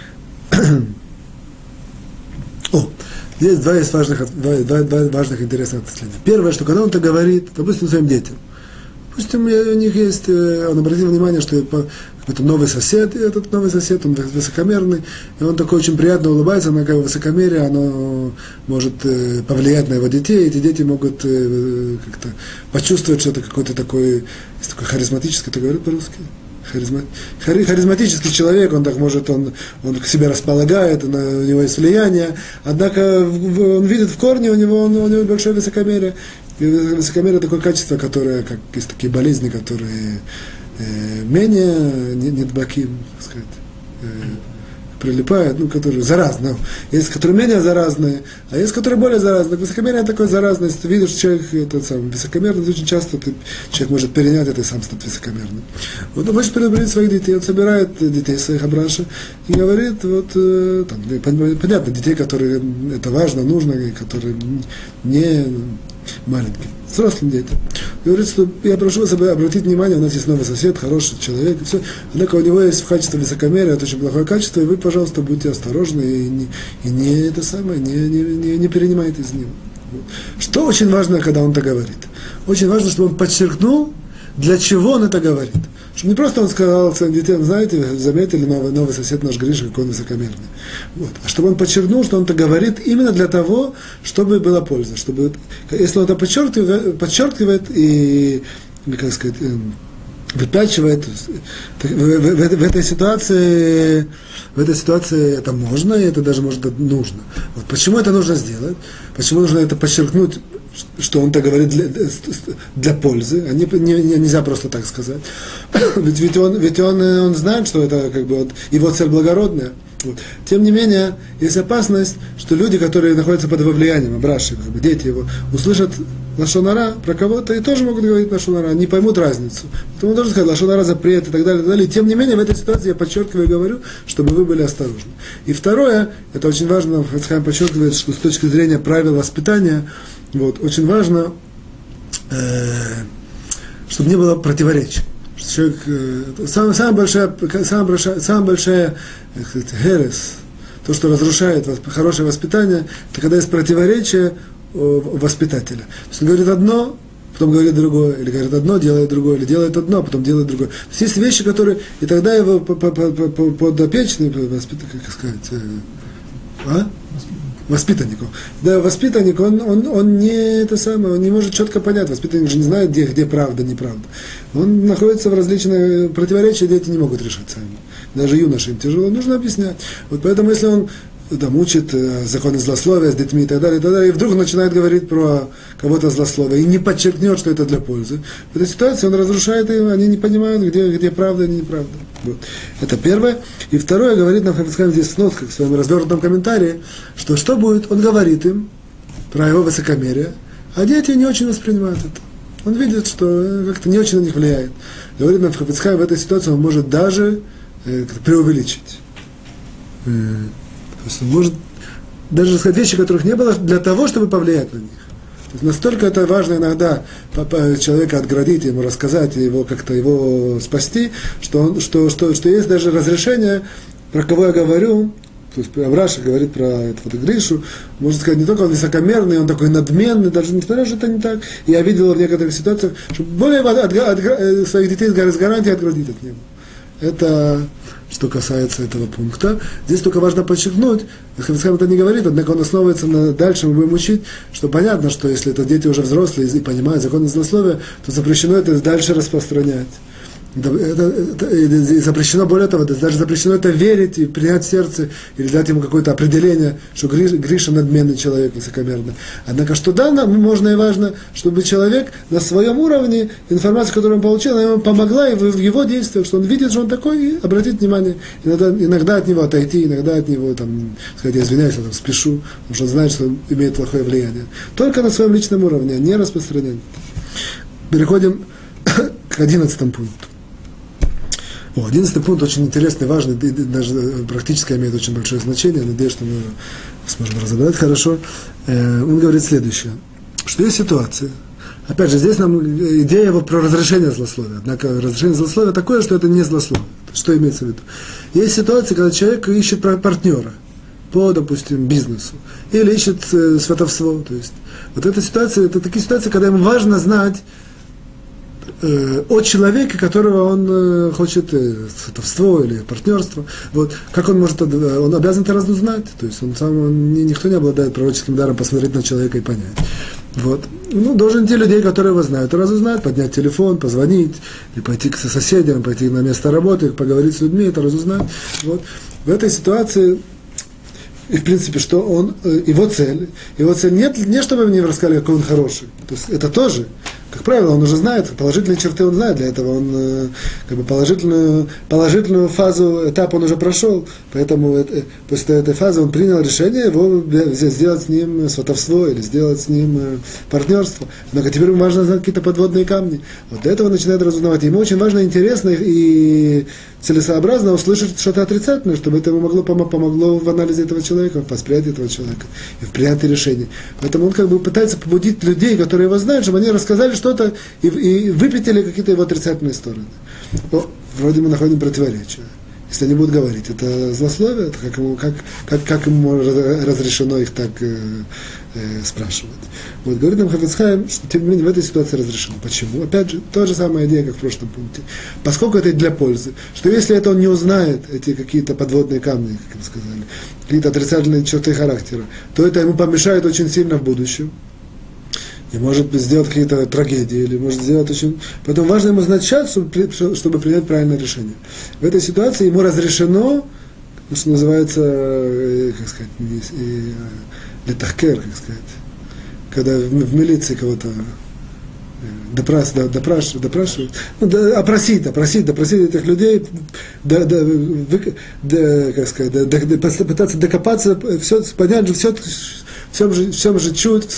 Здесь два важных интересных ответвления. Первое, что когда он это говорит, допустим, своим детям, допустим, у них есть, он обратил внимание, что это новый сосед, и этот новый сосед, он высокомерный, и он такой очень приятно улыбается, но как бы высокомерие, оно может повлиять на его детей, и эти дети могут как-то почувствовать, что это какой-то такой харизматический, ты говоришь по-русски? Харизматический человек, он так может, он к себе располагает, у него есть влияние, однако он видит в корне, у него большое высокомерие. И высокомерие такое качество, которое, как есть такие болезни, которые менее недбаким, так сказать, прилипают, которые заразны. Есть, которые менее заразные, а есть, которые более заразные. Высокомерие такое заразное. Если ты видишь, что человек высокомерный, очень часто человек может перенять это и сам стать высокомерным. Вот он хочет предупредить своих детей, он собирает детей своих Абраша и говорит, понятно, детей, которые это важно, нужно, и которые не маленьким, взрослым детям. И говорит, что я прошу вас обратить внимание, у нас есть новый сосед, хороший человек, и все. Однако у него есть в качестве высокомерия, это очень плохое качество, и вы, пожалуйста, будьте осторожны и не перенимайте из него. Что очень важно, когда он это говорит? Очень важно, чтобы он подчеркнул, для чего он это говорит. Чтобы не просто он сказал своим детям, знаете, заметили, новый сосед наш Гриша, какой он высокомерный. Вот. А чтобы он подчеркнул, что он это говорит именно для того, чтобы была польза. Чтобы, если он это подчеркивает и, как сказать, выпячивает, в этой ситуации это можно, и это даже может быть нужно. Вот. Почему это нужно сделать? Почему нужно это подчеркнуть, что он так говорит для пользы, а нельзя просто так сказать. Ведь он знает, что это как бы его цель благородная. Вот. Тем не менее, есть опасность, что люди, которые находятся под его влиянием, Абраши, как бы, дети его, услышат лашон ара про кого-то и тоже могут говорить лашон ара, не поймут разницу. Поэтому он должен сказать лашон ара запрет и так далее, и так далее. И тем не менее, в этой ситуации я подчеркиваю и говорю, чтобы вы были осторожны. И второе, это очень важно, Хафец Хаим подчеркивает, что с точки зрения правил воспитания, вот, очень важно, чтобы не было противоречий. Человек, самая большая херес, то, что разрушает хорошее воспитание, это когда есть противоречие у воспитателя. То есть он говорит одно, потом говорит другое, или говорит одно, делает другое, или делает одно, потом делает другое. То есть есть вещи, которые, и тогда его подопечный, как сказать, воспитаннику. Да, воспитанник, он не это самое, он не может четко понять. Воспитанник же не знает, где правда, неправда. Он находится в различных противоречиях, дети не могут решить сами. Даже юноши им тяжело, нужно объяснять. Вот поэтому, если он там учит законы злословия с детьми и так далее, и вдруг начинает говорить про кого-то злословие и не подчеркнет, что это для пользы, в этой ситуации он разрушает им, они не понимают, где правда и неправда. Вот. Это первое. И второе, говорит нам Хафец Хаим здесь в носках, в своем развернутом комментарии, что будет, он говорит им про его высокомерие, А дети не очень воспринимают это. Он видит, что как-то не очень на них влияет. Говорит нам Хафец Хаим, в этой ситуации он может даже преувеличить. То есть он может даже сказать вещи, которых не было, для того, чтобы повлиять на них. То есть настолько это важно иногда человека отградить, ему рассказать, его как-то его спасти, что есть даже разрешение, про кого я говорю. То есть Раша говорит про этого Гришу, можно сказать, не только он высокомерный, он такой надменный, даже несмотря, что это не так. И я видел в некоторых ситуациях, что более своих детей с гарантией отградить от него. Это что касается этого пункта. Здесь только важно подчеркнуть, Хафец Хаим это не говорит, однако он основывается на дальше, мы будем учить, что понятно, что если это дети уже взрослые и понимают законы злословия, то запрещено это дальше распространять. Это запрещено, более того, даже запрещено это верить и принять в сердце, или дать ему какое-то определение, что Гриша надменный человек, высокомерный. Однако, что да, нам можно и важно, чтобы человек на своем уровне, информацию, которую он получил, она ему помогла и в его действиях, что он видит, что он такой, и обратить внимание, иногда от него отойти, иногда от него, там, сказать, я извиняюсь, я там спешу, потому что он знает, что он имеет плохое влияние. Только на своем личном уровне, не распространять. Переходим к 11 пункту. 11 пункт очень интересный, важный, даже практически имеет очень большое значение. Надеюсь, что мы сможем разобрать хорошо. Он говорит следующее, что есть ситуация. Опять же, здесь нам идея его про разрешение злословия. Однако разрешение злословия такое, что это не злословие. Что имеется в виду? Есть ситуация, когда человек ищет партнера по, допустим, бизнесу. Или ищет сватовство. То есть, вот эта ситуация, это такие ситуации, когда ему важно знать от человека, которого он хочет сватовство или партнерство. Вот. Как он может, он обязан это разузнать. То есть никто не обладает пророческим даром посмотреть на человека и понять. Вот. Должен те людей, которые его знают, разузнать, поднять телефон, позвонить, или пойти к соседям, пойти на место работы, поговорить с людьми, это разузнать. Вот. В этой ситуации, и в принципе, что он, его цель не чтобы мне рассказали, какой он хороший. То есть это тоже, как правило, он уже знает, положительные черты он знает, для этого он как бы положительную фазу, этап он уже прошел, поэтому после этой фазы он принял решение его сделать с ним сватовство или сделать с ним партнерство. Но теперь ему важно знать какие-то подводные камни. Вот для этого начинает разузнавать. Ему очень важно, интересно и целесообразно услышать что-то отрицательное, чтобы это ему помогло в анализе этого человека, в восприятии этого человека и в принятии решений. Поэтому он как бы пытается побудить людей, которые его знают, чтобы они рассказали что-то и выпятили какие-то его отрицательные стороны. Вроде мы находим противоречие. Если они будут говорить, это злословие, это как ему разрешено их так спрашивать. Вот говорит нам Хафец Хаим, что тем не менее в этой ситуации разрешено. Почему? Опять же, та же самая идея, как в прошлом пункте. Поскольку это для пользы, что если это он не узнает, эти какие-то подводные камни, как мы сказали, какие-то отрицательные черты характера, то это ему помешает очень сильно в будущем. И может сделать какие-то трагедии, или может сделать очень... Поэтому важно ему знать час, чтобы принять правильное решение. В этой ситуации ему разрешено, что называется, как сказать, летахкер, как сказать, когда в милиции кого-то допрашивают, опросить этих людей, как сказать, пытаться докопаться, понять же в чем же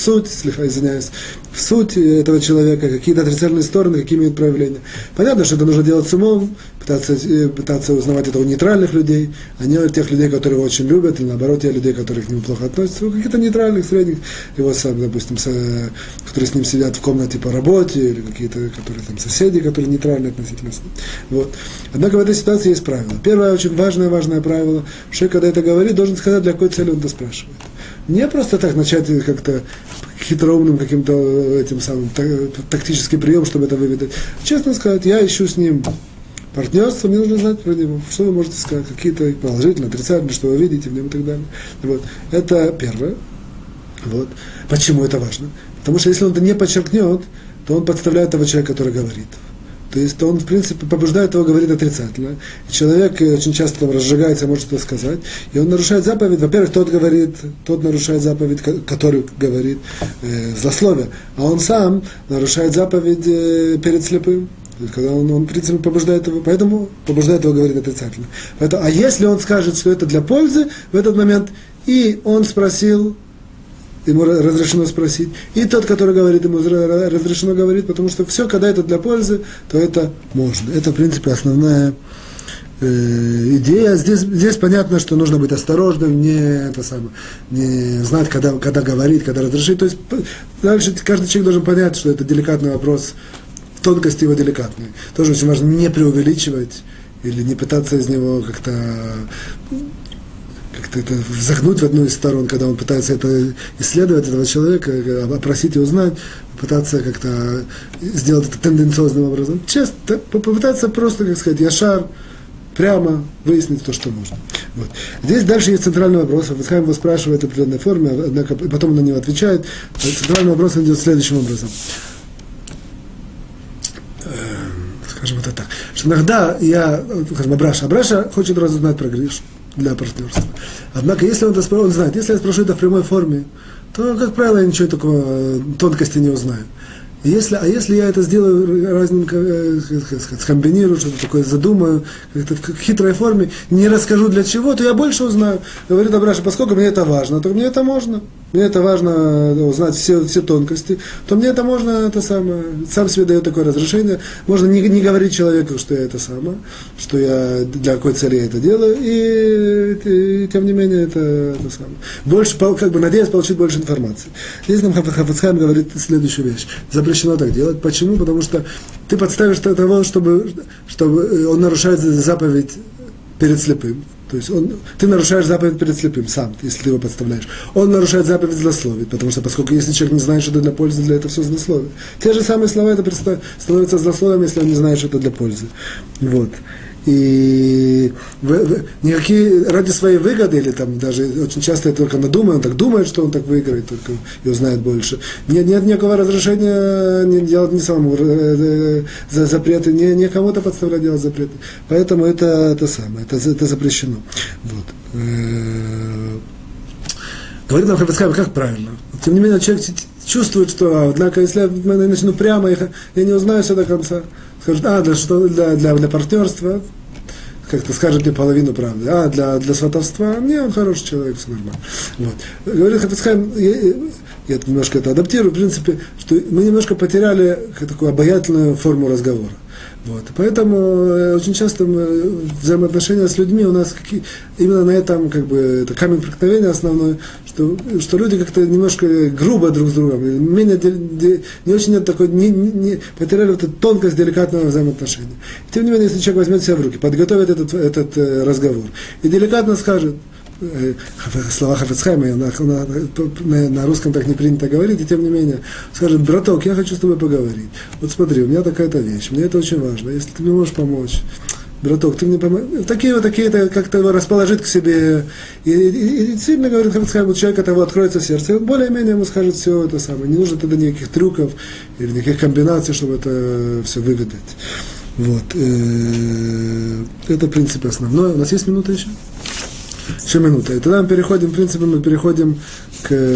суть этого человека, какие-то отрицательные стороны, какие имеют проявления. Понятно, что это нужно делать с умом, пытаться узнавать это у нейтральных людей, а не у тех людей, которые его очень любят, или наоборот, тех людей, которые к нему плохо относятся, каких-то нейтральных, средних, его сам, допустим, которые с ним сидят в комнате по работе, или какие-то, которые там соседи, которые нейтральны относительно с ним. Вот. Однако в этой ситуации есть правило. Первое, очень важное правило, что когда это говорит, должен сказать, для какой цели он это спрашивает. Не просто так начать как-то хитроумным каким-то этим самым тактическим приемом, чтобы это выведать. Честно сказать, я ищу с ним партнерство, мне нужно знать про него, что вы можете сказать, какие-то положительные, отрицательные, что вы видите в нем и так далее. Вот. Это первое. Вот. Почему это важно? Потому что если он это не подчеркнет, то он подставляет того человека, который говорит. То есть он, в принципе, побуждает его говорить отрицательно. И человек очень часто там разжигается, может что-то сказать. И он нарушает заповедь. Во-первых, тот нарушает заповедь, который говорит злословие. А он сам нарушает заповедь перед слепым. Когда он, в принципе, побуждает его, поэтому побуждает его говорить отрицательно. А если он скажет, что это для пользы, в этот момент и он спросил ему разрешено спросить, и тот, который говорит, ему разрешено говорить, потому что все, когда это для пользы, то это можно. Это, в принципе, основная идея. Здесь понятно, что нужно быть осторожным, не знать, когда говорить, когда разрешить. То есть дальше каждый человек должен понять, что это деликатный вопрос, тонкости его деликатные. Тоже очень важно не преувеличивать или не пытаться из него как-то это загнуть в одну из сторон, когда он пытается это исследовать, этого человека, опросить и узнать, пытаться как-то сделать это тенденциозным образом. Честно, попытаться просто, как сказать, яшар, прямо выяснить то, что можно. Вот. Здесь дальше есть центральный вопрос. Хафец-Хаим его спрашивает в определенной форме, однако потом он на него отвечает. Центральный вопрос идет следующим образом. Скажем это так. Что иногда скажем, Абраша хочет разузнать про гриш для партнерства. Однако, если он знает, если я спрошу это в прямой форме, то, как правило, я ничего такого тонкости не узнаю. Если я это сделаю разненько, скомбинирую, что-то такое задумаю, как-то в хитрой форме, не расскажу для чего, то я больше узнаю. Говорит Абраша, поскольку мне это важно, то мне это можно. Мне это важно узнать все тонкости, то мне это можно, сам себе даю такое разрешение. Можно не говорить человеку, что я что я для какой цели я это делаю, и тем не менее это самое. Больше, надеюсь получить больше информации. Здесь нам Хафец-Хаим говорит следующую вещь. Запрещено так делать. Почему? Потому что ты подставишь того, чтобы он нарушает заповедь перед слепым. То есть ты нарушаешь заповедь перед слепым сам, если ты его подставляешь. Он нарушает заповедь злословить, потому что поскольку если человек не знает, что это для пользы, для этого все злословие. Те же самые слова это становятся злословием, если он не знает, что это для пользы. Вот. И никакие ради своей выгоды, или там даже очень часто это только надумает, он так думает, что он так выиграет, только и узнает больше. Нет никакого разрешения не делать ни самому запреты, не кому-то подставлять делать запреты. Поэтому это запрещено. Вот. Говорит нам Хафец-Хаим, как правильно. Тем не менее, человек чувствует, что, однако, если я начну прямо, я не узнаю все до конца. Скажет, для партнерства, как-то скажет мне половину правды, для сватовства, он хороший человек, все нормально. Вот. Говорит Хафец-Хаим, я немножко это адаптирую, в принципе, что мы немножко потеряли такую обаятельную форму разговора. Вот. Поэтому очень часто взаимоотношения с людьми у нас именно на этом это камень преткновения основной, что люди как-то немножко грубо друг с другом, не очень такой, потеряли вот эту тонкость деликатного взаимоотношения. Тем не менее, если человек возьмет себя в руки, подготовит этот разговор и деликатно скажет, слова Хафец-Хаима, на русском так не принято говорить, и тем не менее, скажет, браток, я хочу с тобой поговорить. Вот смотри, у меня такая-то вещь, мне это очень важно, если ты мне можешь помочь, браток, ты мне поможешь. Такие как-то его расположить к себе. И действительно, говорит Хафец-Хаим, у человека того откроется сердце, и он более-менее ему скажет все это самое. Не нужно тогда никаких трюков или никаких комбинаций, чтобы это все выведать. Вот. Это, в принципе, основное. У нас есть минута еще? Еще минута. И тогда мы переходим к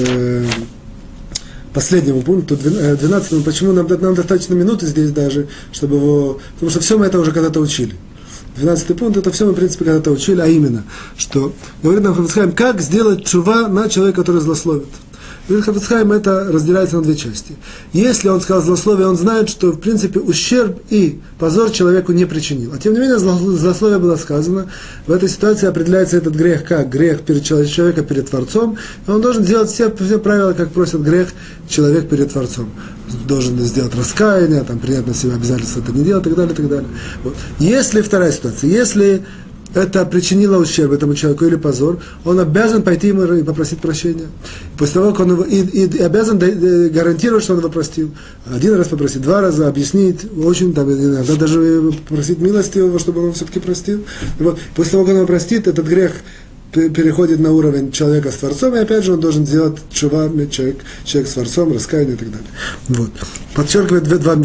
последнему пункту, 12-му. Почему нам достаточно минуты здесь даже, чтобы его... Потому что все мы это уже когда-то учили. 12-й пункт, это все мы, в принципе, когда-то учили, а именно, что говорит нам Хафец-Хаим, как сделать чува на человека, который злословит. Говорит Хафец-Хаим, это разделяется на две части. Если он сказал злословие, он знает, что, в принципе, ущерб и позор человеку не причинил. А тем не менее, злословие было сказано. В этой ситуации определяется этот грех как грех перед человека перед Творцом. И он должен делать все правила, как просит грех человек перед Творцом. Должен сделать раскаяние, принять на себя обязательства это не делать, и так далее, и так далее. Вот. Если вторая ситуация, если это причинило ущерб этому человеку или позор, он обязан пойти ему и попросить прощения. После того, как он его, и обязан гарантировать, что он его простил. Один раз попросить, два раза объяснить, очень, иногда даже попросить милости его, чтобы он его все-таки простил. Вот. После того, как он его простит, этот грех переходит на уровень человека с Творцом, и опять же он должен сделать чува, человек с Творцом, раскаяние и так далее. Вот. Подчеркивает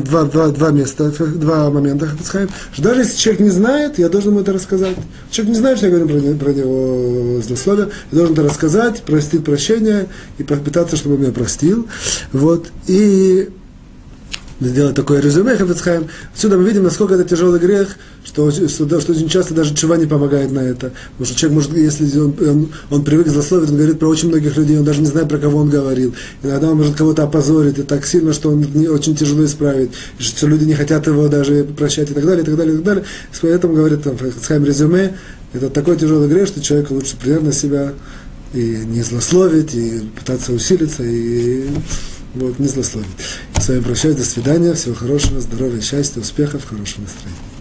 два момента Хафец-Хаим, что даже если человек не знает, я должен ему это рассказать. Человек не знает, что я говорю про него злословие, я должен это рассказать, простить прощение и попытаться, чтобы он меня простил. Вот. И сделать такое резюме Хафец Хаим. Отсюда мы видим, насколько это тяжелый грех, что очень часто даже тшува не помогает на это. Потому что человек может, если он привык злословить, он говорит про очень многих людей, он даже не знает, про кого он говорил. Иногда он может кого-то опозорить, и так сильно, что он очень тяжело исправить, что люди не хотят его даже прощать, и так далее, и так далее, и так далее. Поэтому говорит там Хафец Хаим резюме, это такой тяжелый грех, что человеку лучше примерно себя и не злословить, и пытаться усилиться, и вот, не злословить. С вами прощаюсь, до свидания, всего хорошего, здоровья, счастья, успехов, хорошего настроения.